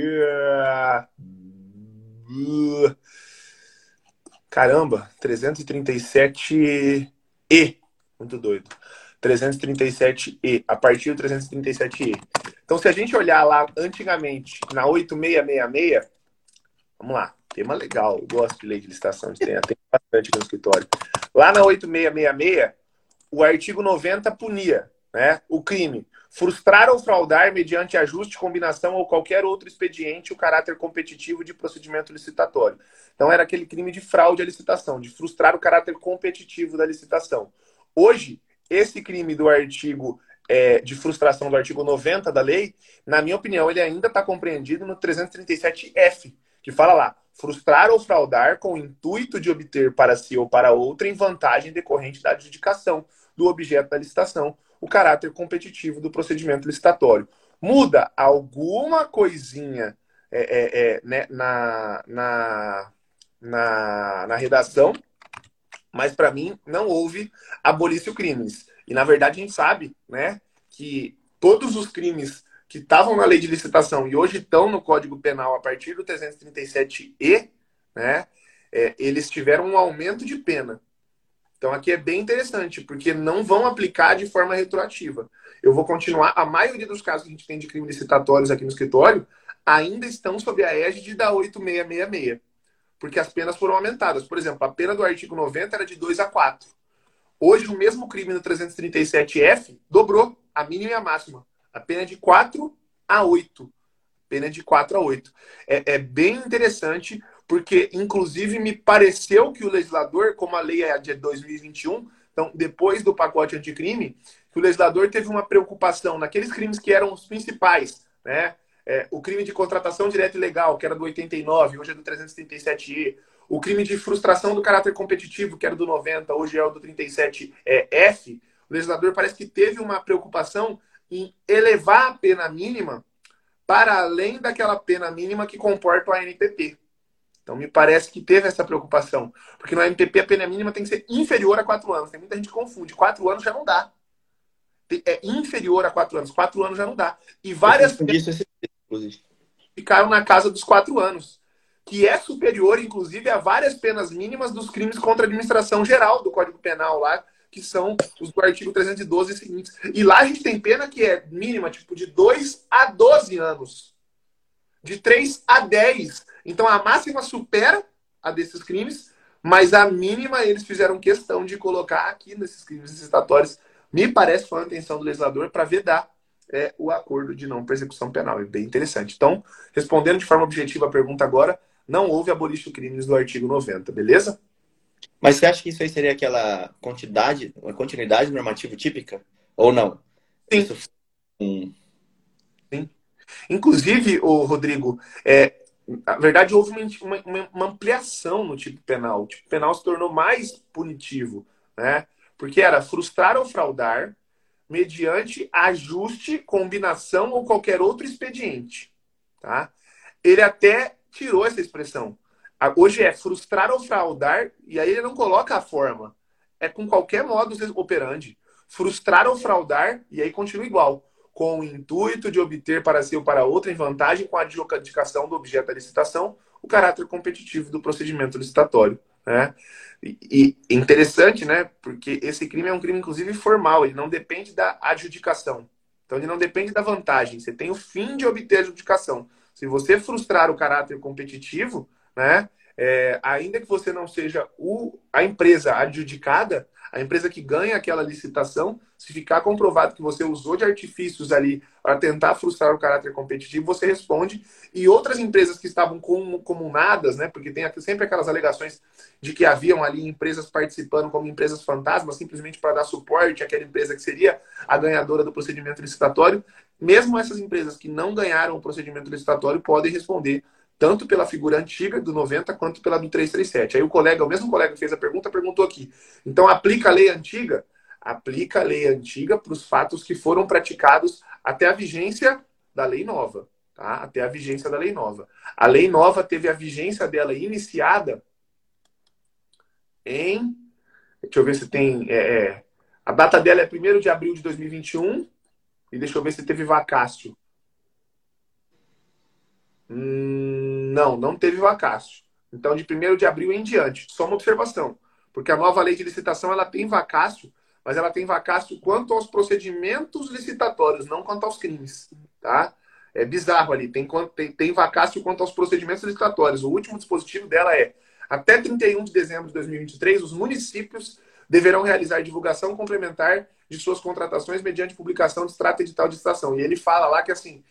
Caramba, 337E. Muito doido. 337E, a partir do 337E. Então, se a gente olhar lá antigamente, na 8666, vamos lá, tema legal, eu gosto de lei de licitação, tem bastante aqui no escritório. Lá na 8666, o artigo 90 punia, né, o crime: frustrar ou fraudar mediante ajuste, combinação ou qualquer outro expediente o caráter competitivo de procedimento licitatório. Então, era aquele crime de fraude à licitação, de frustrar o caráter competitivo da licitação. Hoje, esse crime do artigo de frustração do artigo 90 da lei, na minha opinião, ele ainda está compreendido no 337F, que fala lá: frustrar ou fraudar com o intuito de obter para si ou para outra em vantagem decorrente da adjudicação do objeto da licitação o caráter competitivo do procedimento licitatório. Muda alguma coisinha né, na redação, mas para mim não houve abolício crimes. E na verdade a gente sabe, né, que todos os crimes que estavam na lei de licitação e hoje estão no Código Penal a partir do 337E, né, eles tiveram um aumento de pena. Então aqui é bem interessante, porque não vão aplicar de forma retroativa. Eu vou continuar, a maioria dos casos que a gente tem de crimes licitatórios aqui no escritório ainda estão sob a égide da 8666, porque as penas foram aumentadas. Por exemplo, a pena do artigo 90 era de 2 a 4. Hoje, o mesmo crime no 337F dobrou a mínima e a máxima. A pena é de 4 a 8. Pena é de 4 a 8. É bem interessante, porque, inclusive, me pareceu que o legislador, como a lei é de 2021, então, depois do pacote anticrime, que o legislador teve uma preocupação naqueles crimes que eram os principais, né? O crime de contratação direta e ilegal, que era do 89, hoje é do 337E. O crime de frustração do caráter competitivo, que era do 90, hoje é o do 37F. O legislador parece que teve uma preocupação em elevar a pena mínima para além daquela pena mínima que comporta o ANPP. Então, me parece que teve essa preocupação. Porque no ANPP a pena mínima tem que ser inferior a 4 anos. Tem muita gente que confunde. 4 anos já não dá. É inferior a 4 anos. 4 anos já não dá. E várias penas ficaram na casa dos 4 anos. Que é superior, inclusive, a várias penas mínimas dos crimes contra a administração geral do Código Penal lá, que são os do artigo 312 e seguintes. E lá a gente tem pena que é mínima, tipo, de 2 a 12 anos. De 3 a 10. Então a máxima supera a desses crimes, mas a mínima eles fizeram questão de colocar aqui nesses crimes licitatórios. Me parece que foi a intenção do legislador para vedar o acordo de não persecução penal. É bem interessante. Então, respondendo de forma objetiva a pergunta agora, não houve abolition crimes do artigo 90, beleza? Mas você acha que isso aí seria aquela uma continuidade normativa típica? Ou não? Sim. Isso... Sim. Inclusive, Rodrigo, na verdade houve uma ampliação no tipo penal. O tipo penal se tornou mais punitivo, né? Porque era frustrar ou fraudar mediante ajuste, combinação ou qualquer outro expediente. Tá? Ele até tirou essa expressão. Hoje é frustrar ou fraudar, e aí ele não coloca a forma. É com qualquer modo operandi. Frustrar ou fraudar, e aí continua igual. Com o intuito de obter para si ou para outra em vantagem com a adjudicação do objeto da licitação, o caráter competitivo do procedimento licitatório. Né? E interessante, né? Porque esse crime é um crime, inclusive, formal. Ele não depende da adjudicação. Então, ele não depende da vantagem. Você tem o fim de obter a adjudicação. Se você frustrar o caráter competitivo, né? Ainda que você não seja a empresa adjudicada, a empresa que ganha aquela licitação, se ficar comprovado que você usou de artifícios ali para tentar frustrar o caráter competitivo, você responde. E outras empresas que estavam comunadas, né, porque tem sempre aquelas alegações de que haviam ali empresas participando como empresas fantasmas, simplesmente para dar suporte àquela empresa que seria a ganhadora do procedimento licitatório. Mesmo essas empresas que não ganharam o procedimento licitatório podem responder tanto pela figura antiga do 90 quanto pela do 337. Aí o mesmo colega que fez a pergunta, perguntou aqui. Então, aplica a lei antiga? Aplica a lei antiga para os fatos que foram praticados até a vigência da lei nova. Tá? Até a vigência da lei nova. A lei nova teve a vigência dela iniciada em... Deixa eu ver se tem... a data dela é 1º de abril de 2021. E deixa eu ver se teve vacácio. Não teve vacácio. Então, de 1º de abril em diante. Só uma observação. Porque a nova lei de licitação ela tem vacácio, mas ela tem vacácio quanto aos procedimentos licitatórios, não quanto aos crimes. Tá? É bizarro ali. Tem vacácio quanto aos procedimentos licitatórios. O último dispositivo dela é: até 31 de dezembro de 2023, os municípios deverão realizar divulgação complementar de suas contratações mediante publicação de extrato edital de licitação. E ele fala lá que assim,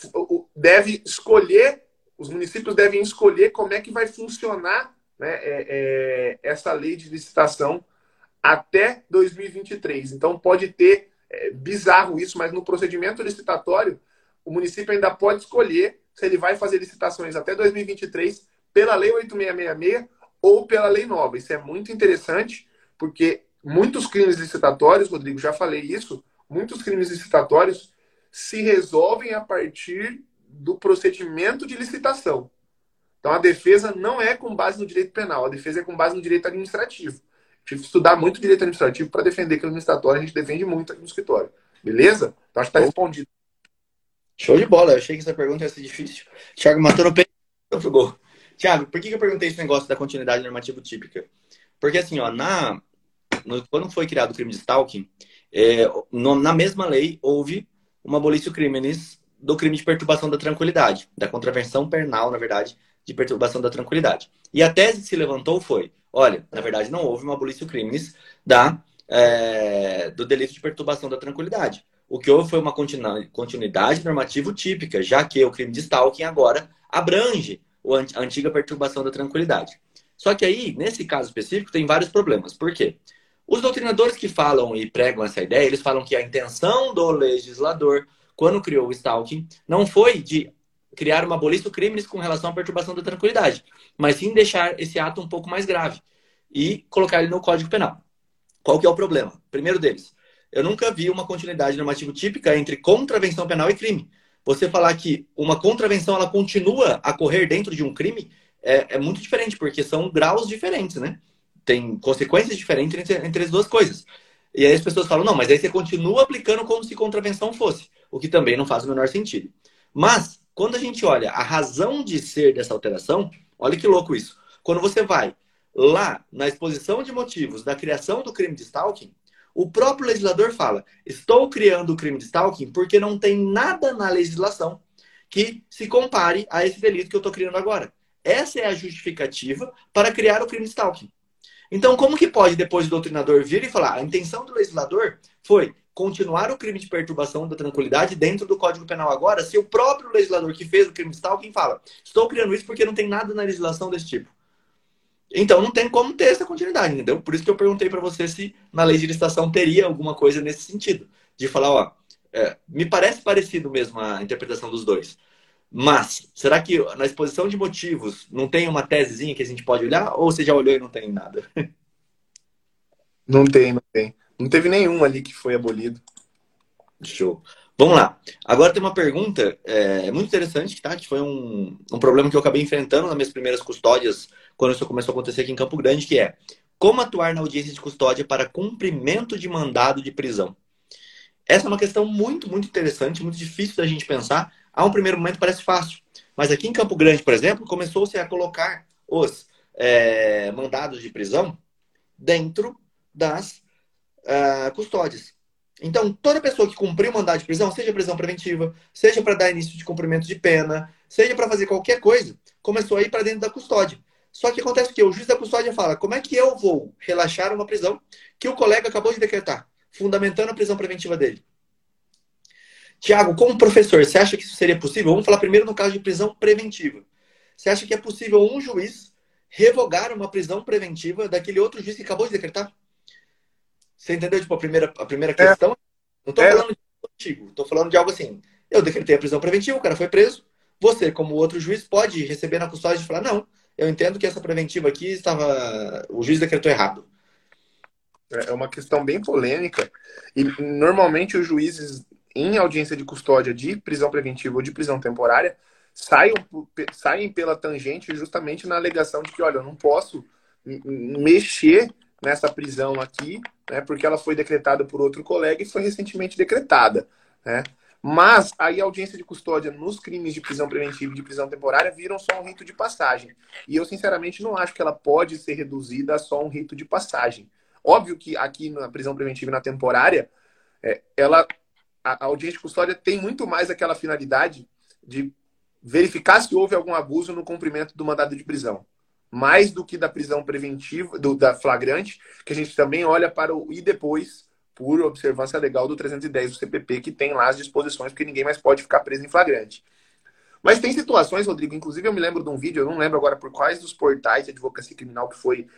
os municípios devem escolher como é que vai funcionar, né, essa lei de licitação até 2023. Então pode ter, bizarro isso, mas no procedimento licitatório, o município ainda pode escolher se ele vai fazer licitações até 2023 pela lei 8666 ou pela lei nova. Isso é muito interessante, porque muitos crimes licitatórios, Rodrigo, já falei isso, muitos crimes licitatórios se resolvem a partir do procedimento de licitação. Então, a defesa não é com base no direito penal, a defesa é com base no direito administrativo. Tive que estudar muito direito administrativo para defender crime licitatório, a gente defende muito aqui no escritório. Beleza? Então, acho que está respondido. Show de bola, eu achei que essa pergunta ia ser difícil. Thiago matou no peito pro gol. Thiago, por que eu perguntei esse negócio da continuidade normativa típica? Porque assim, ó, quando foi criado o crime de stalking, na mesma lei houve uma abolitio criminis do crime de perturbação da tranquilidade, da contravenção penal, na verdade, de perturbação da tranquilidade. E a tese que se levantou foi, olha, na verdade não houve uma abolitio criminis do delito de perturbação da tranquilidade. O que houve foi uma continuidade normativa típica, já que o crime de stalking agora abrange a antiga perturbação da tranquilidade. Só que aí, nesse caso específico, tem vários problemas. Por quê? Os doutrinadores que falam e pregam essa ideia, eles falam que a intenção do legislador, quando criou o stalking, não foi de criar uma abolitio criminis com relação à perturbação da tranquilidade, mas sim deixar esse ato um pouco mais grave e colocar ele no Código Penal. Qual que é o problema? Primeiro deles, eu nunca vi uma continuidade normativa típica entre contravenção penal e crime. Você falar que uma contravenção ela continua a correr dentro de um crime é muito diferente, porque são graus diferentes, né? Tem consequências diferentes entre as duas coisas. E aí as pessoas falam, não, mas aí você continua aplicando como se contravenção fosse, o que também não faz o menor sentido. Mas, quando a gente olha a razão de ser dessa alteração, olha que louco isso. Quando você vai lá na exposição de motivos da criação do crime de stalking, o próprio legislador fala, estou criando o crime de stalking porque não tem nada na legislação que se compare a esse delito que eu estou criando agora. Essa é a justificativa para criar o crime de stalking. Então, como que pode depois o doutrinador vir e falar, a intenção do legislador foi continuar o crime de perturbação da tranquilidade dentro do Código Penal agora, se o próprio legislador que fez o crime de stalking fala, estou criando isso porque não tem nada na legislação desse tipo. Então não tem como ter essa continuidade, entendeu? Por isso que eu perguntei para você se na lei de licitação teria alguma coisa nesse sentido. De falar, ó, me parece parecido mesmo a interpretação dos dois. Mas, será que na exposição de motivos não tem uma tesezinha que a gente pode olhar? Ou você já olhou e não tem nada? Não tem, não tem. Não teve nenhum ali que foi abolido. Show. Vamos lá. Agora tem uma pergunta muito interessante, tá? Que foi um problema que eu acabei enfrentando nas minhas primeiras custódias, quando isso começou a acontecer aqui em Campo Grande, que é como atuar na audiência de custódia para cumprimento de mandado de prisão? Essa é uma questão muito, muito interessante, muito difícil da gente pensar. A um primeiro momento parece fácil. Mas aqui em Campo Grande, por exemplo, começou-se a colocar os mandados de prisão dentro das custódias. Então, toda pessoa que cumpriu o mandado de prisão, seja prisão preventiva, seja para dar início de cumprimento de pena, seja para fazer qualquer coisa, começou a ir para dentro da custódia. Só que acontece que o juiz da custódia fala, como é que eu vou relaxar uma prisão que o colega acabou de decretar, fundamentando a prisão preventiva dele? Tiago, como professor, você acha que isso seria possível? Vamos falar primeiro no caso de prisão preventiva. Você acha que é possível um juiz revogar uma prisão preventiva daquele outro juiz que acabou de decretar? Você entendeu, tipo, a primeira questão? Não estou falando de algo antigo, estou falando de algo assim. Eu decretei a prisão preventiva, o cara foi preso. Você, como outro juiz, pode receber na custódia e falar, não, eu entendo que essa preventiva aqui o juiz decretou errado. É uma questão bem polêmica. E normalmente os juízes, em audiência de custódia de prisão preventiva ou de prisão temporária, saem pela tangente justamente na alegação de que, olha, eu não posso mexer nessa prisão aqui, né, porque ela foi decretada por outro colega e foi recentemente decretada, né? Mas aí a audiência de custódia nos crimes de prisão preventiva e de prisão temporária viram só um rito de passagem. E eu, sinceramente, não acho que ela pode ser reduzida a só um rito de passagem. Óbvio que aqui na prisão preventiva e na temporária, a audiência de custódia tem muito mais aquela finalidade de verificar se houve algum abuso no cumprimento do mandado de prisão. Mais do que da prisão preventiva, da flagrante, que a gente também olha para o e depois, por observância legal do 310 do CPP, que tem lá as disposições, porque ninguém mais pode ficar preso em flagrante. Mas tem situações, Rodrigo, inclusive eu me lembro de um vídeo, eu não lembro agora por quais dos portais de advocacia criminal que foi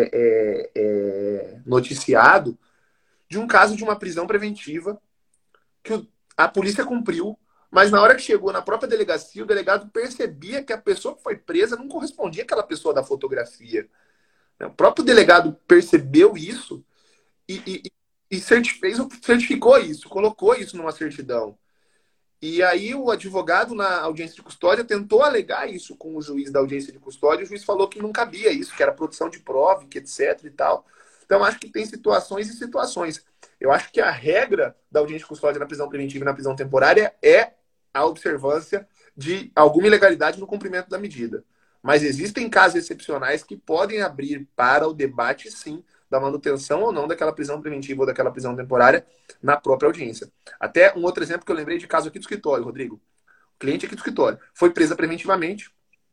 noticiado, de um caso de uma prisão preventiva que a polícia cumpriu, mas na hora que chegou na própria delegacia, o delegado percebia que a pessoa que foi presa não correspondia àquela pessoa da fotografia. O próprio delegado percebeu isso e certificou isso, colocou isso numa certidão. E aí o advogado na audiência de custódia tentou alegar isso com o juiz da audiência de custódia, e o juiz falou que não cabia isso, que era produção de prova, que etc e tal. Então acho que tem situações e situações. Eu acho que a regra da audiência de custódia na prisão preventiva e na prisão temporária é a observância de alguma ilegalidade no cumprimento da medida. Mas existem casos excepcionais que podem abrir para o debate, sim, da manutenção ou não daquela prisão preventiva ou daquela prisão temporária na própria audiência. Até um outro exemplo que eu lembrei de caso aqui do escritório, Rodrigo. O cliente aqui do escritório foi presa preventivamente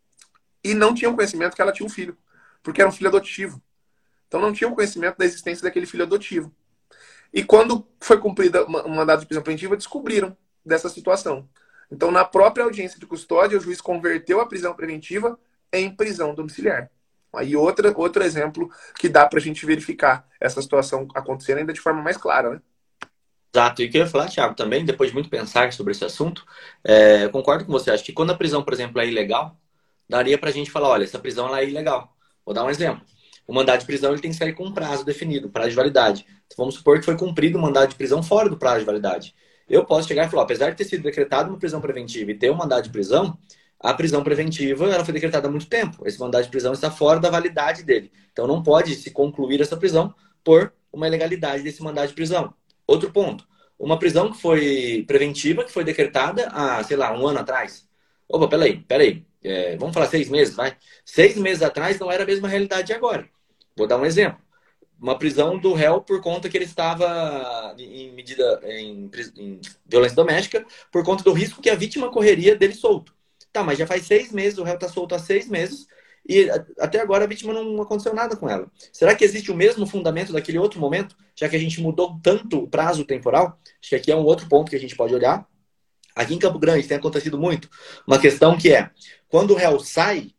e não tinha conhecimento que ela tinha um filho, porque era um filho adotivo. Então não tinha conhecimento da existência daquele filho adotivo. E quando foi cumprida um mandado de prisão preventiva, descobriram dessa situação. Então, na própria audiência de custódia, o juiz converteu a prisão preventiva em prisão domiciliar. Aí outro exemplo que dá para a gente verificar essa situação acontecendo ainda de forma mais clara, né? Exato. E o que eu ia falar, Thiago, também, depois de muito pensar sobre esse assunto, eu concordo com você. Acho que quando a prisão, por exemplo, é ilegal, daria pra gente falar, olha, essa prisão ela é ilegal. Vou dar um exemplo. O mandado de prisão ele tem que sair com um prazo definido, prazo de validade. Então, vamos supor que foi cumprido o mandado de prisão fora do prazo de validade. Eu posso chegar e falar, apesar de ter sido decretada uma prisão preventiva e ter um mandado de prisão, a prisão preventiva ela foi decretada há muito tempo. Esse mandado de prisão está fora da validade dele. Então, não pode se concluir essa prisão por uma ilegalidade desse mandado de prisão. Outro ponto. Uma prisão que foi preventiva, que foi decretada há, sei lá, um ano atrás. Opa, peraí. Vamos falar 6 meses, vai. 6 meses atrás não era a mesma realidade de agora. Vou dar um exemplo. Uma prisão do réu por conta que ele estava em violência doméstica, por conta do risco que a vítima correria dele solto. Tá, mas já faz 6 meses, o réu está solto há 6 meses, e até agora a vítima não aconteceu nada com ela. Será que existe o mesmo fundamento daquele outro momento, já que a gente mudou tanto o prazo temporal? Acho que aqui é um outro ponto que a gente pode olhar. Aqui em Campo Grande tem acontecido muito uma questão que é, quando o réu sai,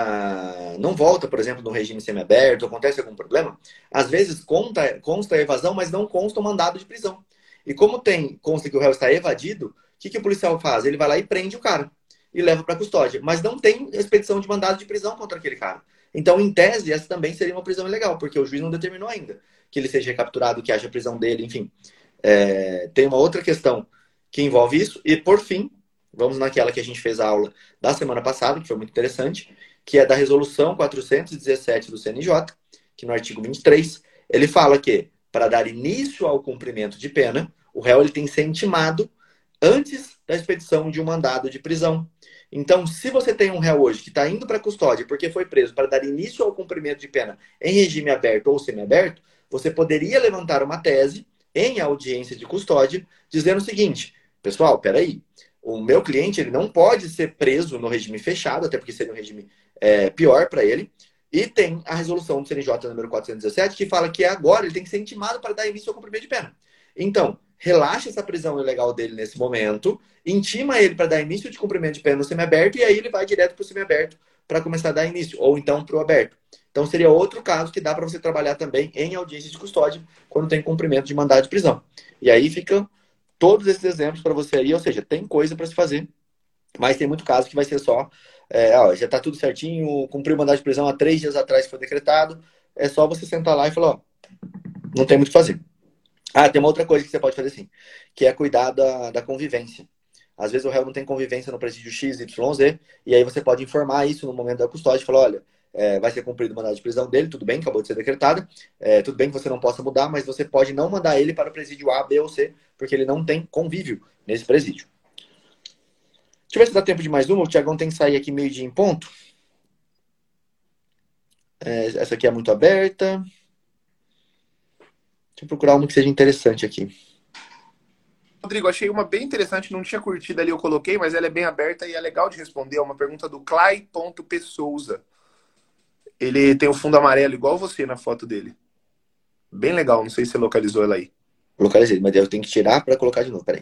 não volta, por exemplo, no regime semiaberto, acontece algum problema, às vezes consta a evasão, mas não consta o mandado de prisão. E como consta que o réu está evadido, o que o policial faz? Ele vai lá e prende o cara e leva para custódia, mas não tem expedição de mandado de prisão contra aquele cara. Então, em tese, essa também seria uma prisão ilegal, porque o juiz não determinou ainda que ele seja recapturado, que haja prisão dele, enfim. Tem uma outra questão que envolve isso. E, por fim, vamos naquela que a gente fez a aula da semana passada, que foi muito interessante, que é da resolução 417 do CNJ, que no artigo 23, ele fala que, para dar início ao cumprimento de pena, o réu ele tem que ser intimado antes da expedição de um mandado de prisão. Então, se você tem um réu hoje que está indo para custódia porque foi preso para dar início ao cumprimento de pena em regime aberto ou semiaberto, você poderia levantar uma tese em audiência de custódia dizendo o seguinte, pessoal, peraí, o meu cliente ele não pode ser preso no regime fechado, até porque seria um regime pior para ele, e tem a resolução do CNJ número 417 que fala que agora ele tem que ser intimado para dar início ao cumprimento de pena. Então, relaxa essa prisão ilegal dele nesse momento, intima ele para dar início de cumprimento de pena no semiaberto e aí ele vai direto para o semiaberto para começar a dar início, ou então para o aberto. Então seria outro caso que dá para você trabalhar também em audiência de custódia quando tem cumprimento de mandado de prisão. E aí ficam todos esses exemplos para você aí, ou seja, tem coisa para se fazer, mas tem muito caso que vai ser só, já está tudo certinho, cumpriu o mandado de prisão há 3 dias atrás que foi decretado, é só você sentar lá e falar, ó, não tem muito o que fazer. Ah, tem uma outra coisa que você pode fazer sim, que é cuidar da convivência. Às vezes o réu não tem convivência no presídio X, Y, Z, e aí você pode informar isso no momento da custódia, falar, olha, vai ser cumprido o mandado de prisão dele, tudo bem, acabou de ser decretada, tudo bem que você não possa mudar, mas você pode não mandar ele para o presídio A, B ou C, porque ele não tem convívio nesse presídio. Deixa eu ver se dá tempo de mais uma, o Thiagão tem que sair aqui meio dia em ponto. Essa aqui é muito aberta. Deixa eu procurar uma que seja interessante aqui. Rodrigo, achei uma bem interessante, não tinha curtido ali, eu coloquei, mas ela é bem aberta e é legal de responder. É uma pergunta do Clay.P. Souza. Ele tem o fundo amarelo igual você na foto dele. Bem legal, não sei se você localizou ela aí. Localizei, mas eu tenho que tirar para colocar de novo, peraí.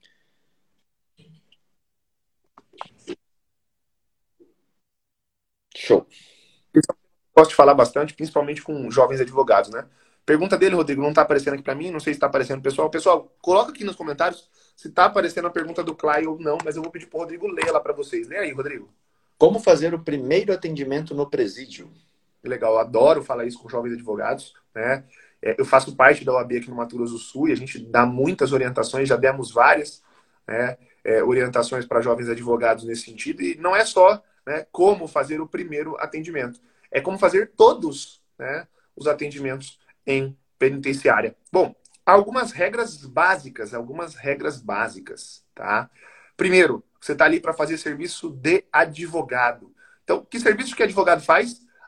Show. Gosto de falar bastante, principalmente com jovens advogados, né? Pergunta dele, Rodrigo, não está aparecendo aqui para mim, não sei se está aparecendo pro pessoal. Pessoal, coloca aqui nos comentários se está aparecendo a pergunta do Clay ou não, mas eu vou pedir para o Rodrigo ler ela para vocês. Lê aí, Rodrigo. Como fazer o primeiro atendimento no presídio? Legal, eu adoro falar isso com jovens advogados, né? Eu faço parte da OAB aqui no Mato Grosso do Sul e a gente dá muitas orientações, já demos várias, né, orientações para jovens advogados nesse sentido. E não é só, né, como fazer o primeiro atendimento, é como fazer todos, né, os atendimentos em penitenciária. Bom, algumas regras básicas, tá? Primeiro, você está ali para fazer serviço de advogado. Então, que serviço que advogado faz?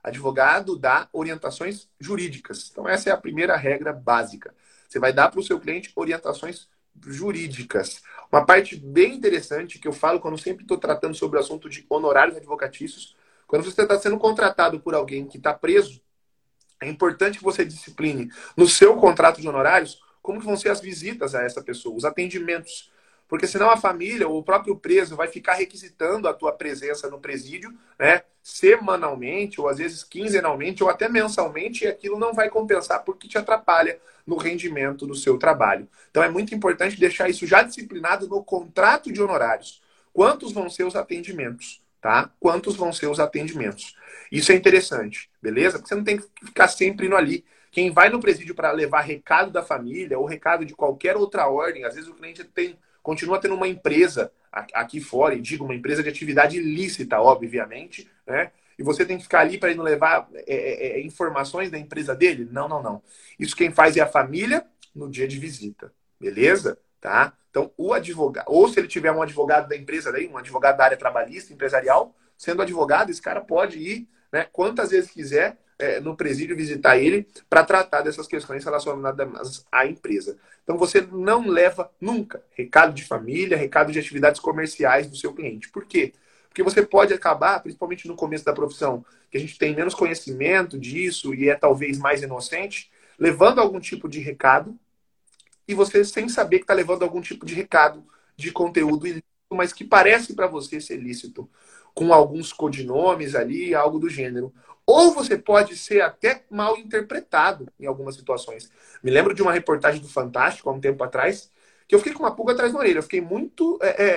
Advogado dá orientações jurídicas. Então, essa é a primeira regra básica. Você vai dar para o seu cliente orientações jurídicas. Uma parte bem interessante que eu falo quando sempre estou tratando sobre o assunto de honorários advocatícios, quando você está sendo contratado por alguém que está preso, é importante que você discipline no seu contrato de honorários como que vão ser as visitas a essa pessoa, os atendimentos. Porque senão a família ou o próprio preso vai ficar requisitando a tua presença no presídio, né, semanalmente, ou às vezes quinzenalmente, ou até mensalmente, e aquilo não vai compensar porque te atrapalha no rendimento do seu trabalho. Então é muito importante deixar isso já disciplinado no contrato de honorários. Quantos vão ser os atendimentos, tá? Quantos vão ser os atendimentos? Isso é interessante, beleza? Porque você não tem que ficar sempre indo ali. Quem vai no presídio para levar recado da família ou recado de qualquer outra ordem, às vezes o cliente continua tendo uma empresa aqui fora, e digo uma empresa de atividade ilícita, obviamente, né? E você tem que ficar ali para ir levar informações da empresa dele? Não, não, não. Isso quem faz é a família no dia de visita, beleza? Tá? Então, o advogado, ou se ele tiver um advogado da empresa, um advogado da área trabalhista, empresarial, sendo advogado, esse cara pode ir, né, quantas vezes quiser no presídio visitar ele para tratar dessas questões relacionadas à empresa. Então, você não leva nunca recado de família, recado de atividades comerciais do seu cliente. Por quê? Porque você pode acabar, principalmente no começo da profissão, que a gente tem menos conhecimento disso e é talvez mais inocente, levando algum tipo de recado e você sem saber que está levando algum tipo de recado de conteúdo ilícito, mas que parece para você ser lícito, com alguns codinomes ali, algo do gênero. Ou você pode ser até mal interpretado em algumas situações. Me lembro de uma reportagem do Fantástico, há um tempo atrás, que eu fiquei com uma pulga atrás da orelha. Eu fiquei muito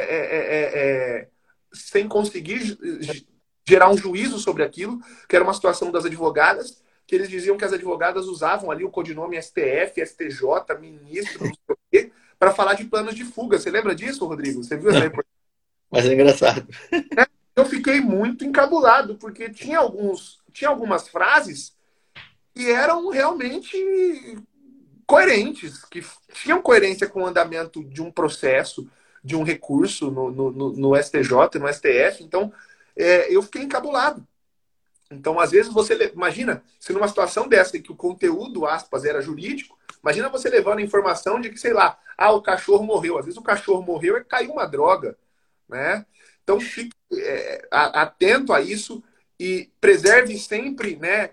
sem conseguir gerar um juízo sobre aquilo, que era uma situação das advogadas, que eles diziam que as advogadas usavam ali o codinome STF, STJ, ministro, não sei o quê, para falar de planos de fuga. Você lembra disso, Rodrigo? Você viu essa reportagem? Mas é engraçado. Eu fiquei muito encabulado, porque tinha algumas frases que eram realmente coerentes, que tinham coerência com o andamento de um processo, de um recurso no STJ, no STF. Então, eu fiquei encabulado. Então, às vezes, imagina, se numa situação dessa, que o conteúdo, aspas, era jurídico, imagina você levando a informação de que, sei lá, o cachorro morreu. Às vezes o cachorro morreu e caiu uma droga, né? Então, fique atento a isso e preserve sempre, né,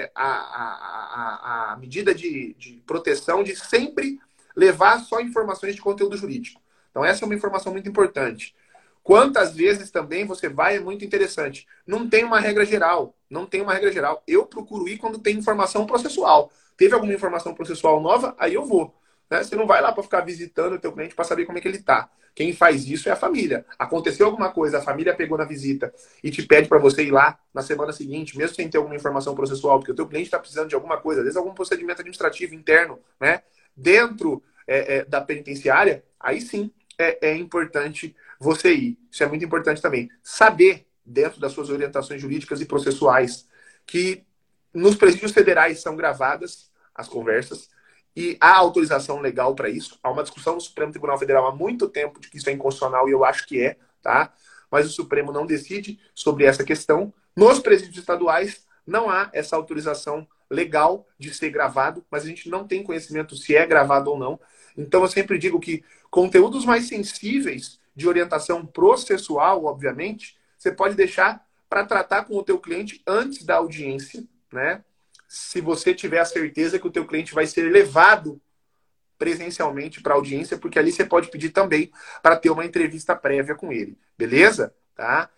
a medida de proteção de sempre levar só informações de conteúdo jurídico. Então, essa é uma informação muito importante. Quantas vezes também você vai é muito interessante. Não tem uma regra geral. Não tem uma regra geral. Eu procuro ir quando tem informação processual. Teve alguma informação processual nova? Aí eu vou. Né? Você não vai lá para ficar visitando o teu cliente para saber como é que ele está. Quem faz isso é a família. Aconteceu alguma coisa, a família pegou na visita e te pede para você ir lá na semana seguinte, mesmo sem ter alguma informação processual, porque o teu cliente está precisando de alguma coisa, às vezes algum procedimento administrativo interno, né? Dentro da penitenciária, aí sim é importante você ir. Isso é muito importante também. Saber, dentro das suas orientações jurídicas e processuais, que nos presídios federais são gravadas as conversas e há autorização legal para isso. Há uma discussão no Supremo Tribunal Federal há muito tempo de que isso é inconstitucional e eu acho que tá? Mas o Supremo não decide sobre essa questão. Nos presídios estaduais não há essa autorização legal de ser gravado, mas a gente não tem conhecimento se é gravado ou não. Então eu sempre digo que conteúdos mais sensíveis de orientação processual, obviamente, você pode deixar para tratar com o teu cliente antes da audiência, né? Se você tiver a certeza que o teu cliente vai ser levado presencialmente para a audiência, porque ali você pode pedir também para ter uma entrevista prévia com ele. Beleza? Tá?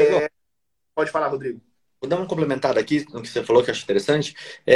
Pode falar, Rodrigo. Vou dar uma complementada aqui no que você falou, que eu acho interessante.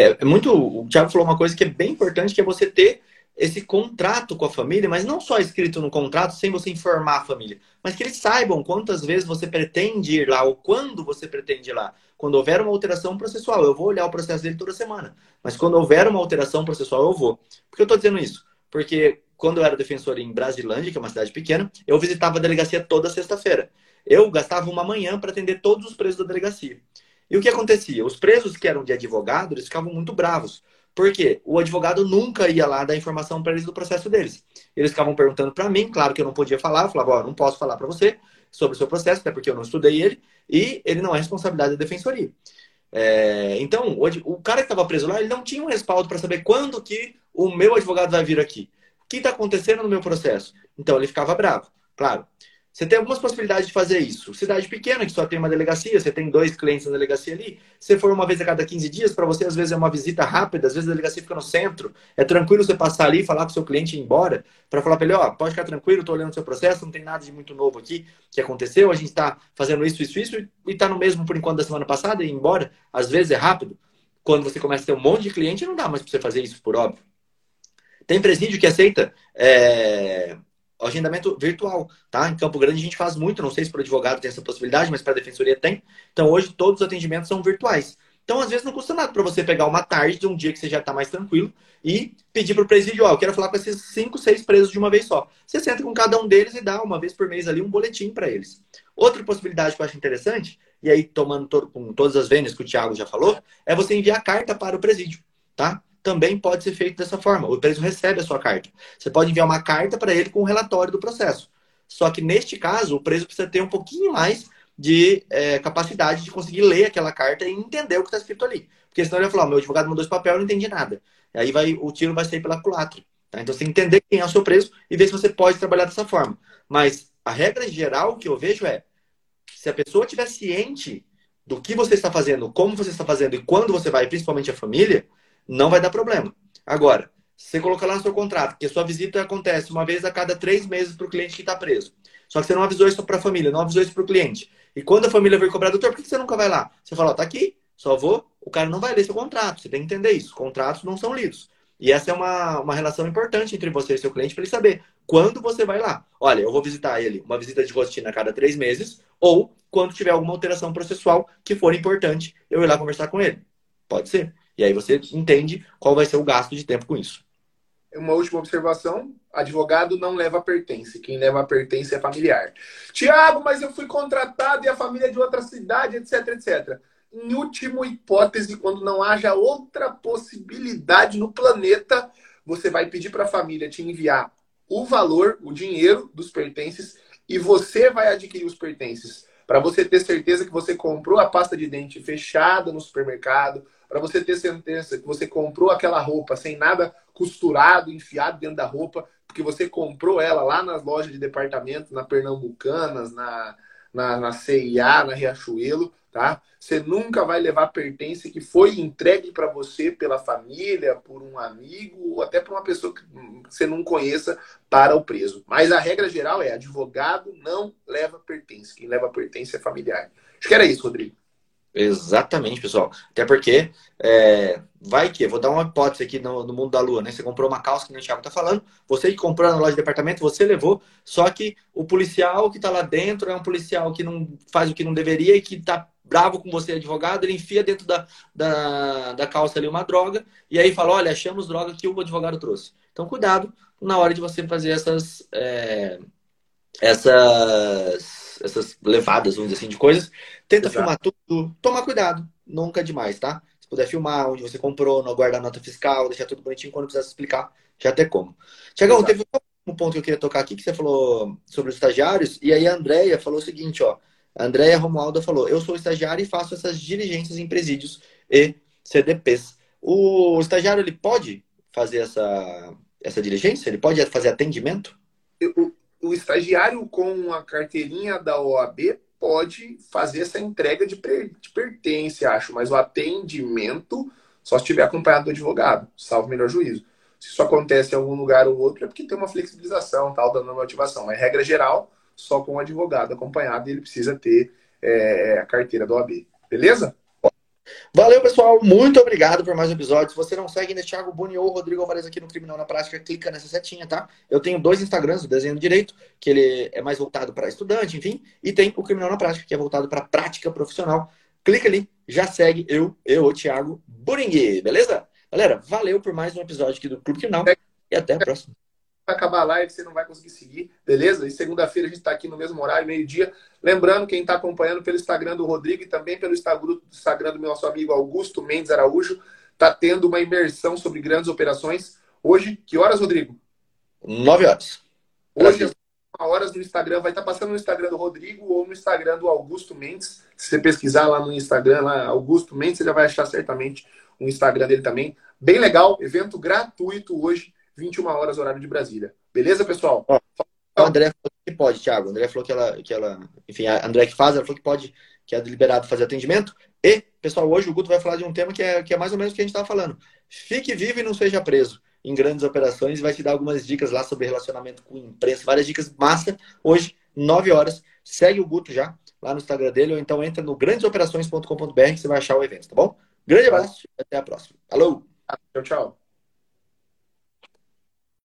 O Thiago falou uma coisa que é bem importante, que é você ter esse contrato com a família, mas não só escrito no contrato, sem você informar a família, mas que eles saibam quantas vezes você pretende ir lá, ou quando você pretende ir lá. Quando houver uma alteração processual, eu vou olhar o processo dele toda semana. Mas quando houver uma alteração processual, eu vou. Por que eu estou dizendo isso? Porque quando eu era defensor em Brasilândia, que é uma cidade pequena, eu visitava a delegacia toda sexta-feira. Eu gastava uma manhã para atender todos os presos da delegacia. E o que acontecia? Os presos que eram de advogado, eles ficavam muito bravos. Por quê? O advogado nunca ia lá dar informação para eles do processo deles. Eles ficavam perguntando para mim, claro que eu não podia falar. Eu falava, não posso falar para você sobre o seu processo, até porque eu não estudei ele, e ele não é responsabilidade da defensoria. Então, o cara que estava preso lá, ele não tinha um respaldo para saber quando que o meu advogado vai vir aqui. O que está acontecendo no meu processo? Então, ele ficava bravo. Claro, você tem algumas possibilidades de fazer isso. Cidade pequena, que só tem uma delegacia, você tem 2 clientes na delegacia ali. Se for uma vez a cada 15 dias, para você, às vezes é uma visita rápida, às vezes a delegacia fica no centro. É tranquilo você passar ali e falar com o seu cliente e ir embora, para falar para ele, ó, pode ficar tranquilo, estou olhando o seu processo, não tem nada de muito novo aqui que aconteceu, a gente está fazendo isso, e está no mesmo por enquanto da semana passada e ir embora. Às vezes é rápido. Quando você começa a ter um monte de cliente, não dá mais para você fazer isso, por óbvio. Tem presídio que aceita agendamento virtual, tá? Em Campo Grande a gente faz muito, não sei se para o advogado tem essa possibilidade, mas para a defensoria tem. Então hoje todos os atendimentos são virtuais. Então às vezes não custa nada para você pegar uma tarde de um dia que você já está mais tranquilo e pedir para o presídio, ó, eu quero falar com esses 5, 6 presos de uma vez só. Você senta com cada um deles e dá uma vez por mês ali um boletim para eles. Outra possibilidade que eu acho interessante, e aí tomando com todas as vênias que o Thiago já falou, é você enviar carta para o presídio, tá? Também pode ser feito dessa forma. O preso recebe a sua carta. Você pode enviar uma carta para ele com o relatório do processo. Só que, neste caso, o preso precisa ter um pouquinho mais de capacidade de conseguir ler aquela carta e entender o que está escrito ali. Porque senão ele vai falar, meu advogado mandou esse papel, eu não entendi nada. E aí o tiro vai sair pela culatra. Tá? Então, você tem que entender quem é o seu preso e ver se você pode trabalhar dessa forma. Mas a regra geral que eu vejo é, se a pessoa estiver ciente do que você está fazendo, como você está fazendo e quando você vai, principalmente a família, não vai dar problema. Agora, se você colocar lá no seu contrato que a sua visita acontece uma vez a cada 3 meses para o cliente que está preso. Só que você não avisou isso para a família, não avisou isso para o cliente. E quando a família veio cobrar, doutor, por que você nunca vai lá? Você fala, ó, tá aqui, só vou. O cara não vai ler seu contrato. Você tem que entender isso. Contratos não são lidos. E essa é uma relação importante entre você e seu cliente para ele saber quando você vai lá. Olha, eu vou visitar ele uma visita de rotina a cada 3 meses ou quando tiver alguma alteração processual que for importante, eu ir lá conversar com ele. Pode ser. E aí você entende qual vai ser o gasto de tempo com isso. Uma última observação. Advogado não leva pertence. Quem leva pertence é familiar. Tiago, mas eu fui contratado e a família é de outra cidade, etc, etc. Em última hipótese, quando não haja outra possibilidade no planeta, você vai pedir para a família te enviar o valor, o dinheiro dos pertences e você vai adquirir os pertences. Para você ter certeza que você comprou a pasta de dente fechada no supermercado, para você ter certeza que você comprou aquela roupa sem nada costurado, enfiado dentro da roupa, porque você comprou ela lá nas lojas de departamento, na Pernambucanas, na CIA, na Riachuelo, tá? Você nunca vai levar pertence que foi entregue para você pela família, por um amigo, ou até por uma pessoa que você não conheça para o preso. Mas a regra geral é, advogado não leva pertence. Quem leva pertence é familiar. Acho que era isso, Rodrigo. Exatamente, pessoal. Até porque vai que, vou dar uma hipótese aqui no mundo da lua, né? Você comprou uma calça que nem o Thiago tá falando, você que comprou na loja de departamento, você levou, só que o policial que tá lá dentro é um policial que não faz o que não deveria e que tá bravo com você, advogado, ele enfia dentro da calça ali uma droga e aí fala, olha, achamos droga que o advogado trouxe. Então, cuidado na hora de você fazer essas levadas, vamos dizer assim, de coisas. Tenta filmar tudo, toma cuidado, nunca é demais, tá? Se puder filmar onde você comprou, não guardar nota fiscal, deixar tudo bonitinho, quando precisar explicar, já tem como. Tiagão, teve um ponto que eu queria tocar aqui, que você falou sobre os estagiários, e aí a Andrea falou o seguinte, ó, a Andrea Romualda falou, eu sou estagiário e faço essas diligências em presídios e CDPs. O estagiário, ele pode fazer essa diligência? Ele pode fazer atendimento? O estagiário com a carteirinha da OAB pode fazer essa entrega de pertence, acho, mas o atendimento só se estiver acompanhado do advogado, salvo melhor juízo. Se isso acontece em algum lugar ou outro, é porque tem uma flexibilização tal da normativação. Mas regra geral, só com o advogado acompanhado, ele precisa ter a carteira da OAB. Beleza? Valeu, pessoal. Muito obrigado por mais um episódio. Se você não segue ainda Thiago Buni ou Rodrigo Alvarez aqui no Criminal na Prática, clica nessa setinha, tá? Eu tenho 2 Instagrams, o Desenho do Direito, que ele é mais voltado para estudante, enfim, e tem o Criminal na Prática, que é voltado para prática profissional. Clica ali, já segue o Thiago Buringui, beleza? Galera, valeu por mais um episódio aqui do Clube Criminal e até a próxima. Vai acabar a live, você não vai conseguir seguir, beleza? E segunda-feira a gente está aqui no mesmo horário, meio-dia. Lembrando, quem está acompanhando pelo Instagram do Rodrigo e também pelo Instagram do meu nosso amigo Augusto Mendes Araújo, está tendo uma imersão sobre grandes operações. Hoje, que horas, Rodrigo? 9 horas. Hoje, às horas no Instagram. Vai estar passando no Instagram do Rodrigo ou no Instagram do Augusto Mendes. Se você pesquisar lá no Instagram, lá, Augusto Mendes, você já vai achar certamente o Instagram dele também. Bem legal, evento gratuito hoje, 21 horas, horário de Brasília. Beleza, pessoal? Ó, o André falou que pode, Thiago. O André falou que ela, enfim, a André que faz, ela falou que pode, que é liberado fazer atendimento. E, pessoal, hoje o Guto vai falar de um tema que é mais ou menos o que a gente estava falando. Fique vivo e não seja preso em grandes operações. Vai te dar algumas dicas lá sobre relacionamento com imprensa, várias dicas massa. Hoje, 9 horas. Segue o Guto já lá no Instagram dele, ou então entra no grandesoperações.com.br que você vai achar o evento, tá bom? Grande abraço e até a próxima. Alô! Tchau, tchau.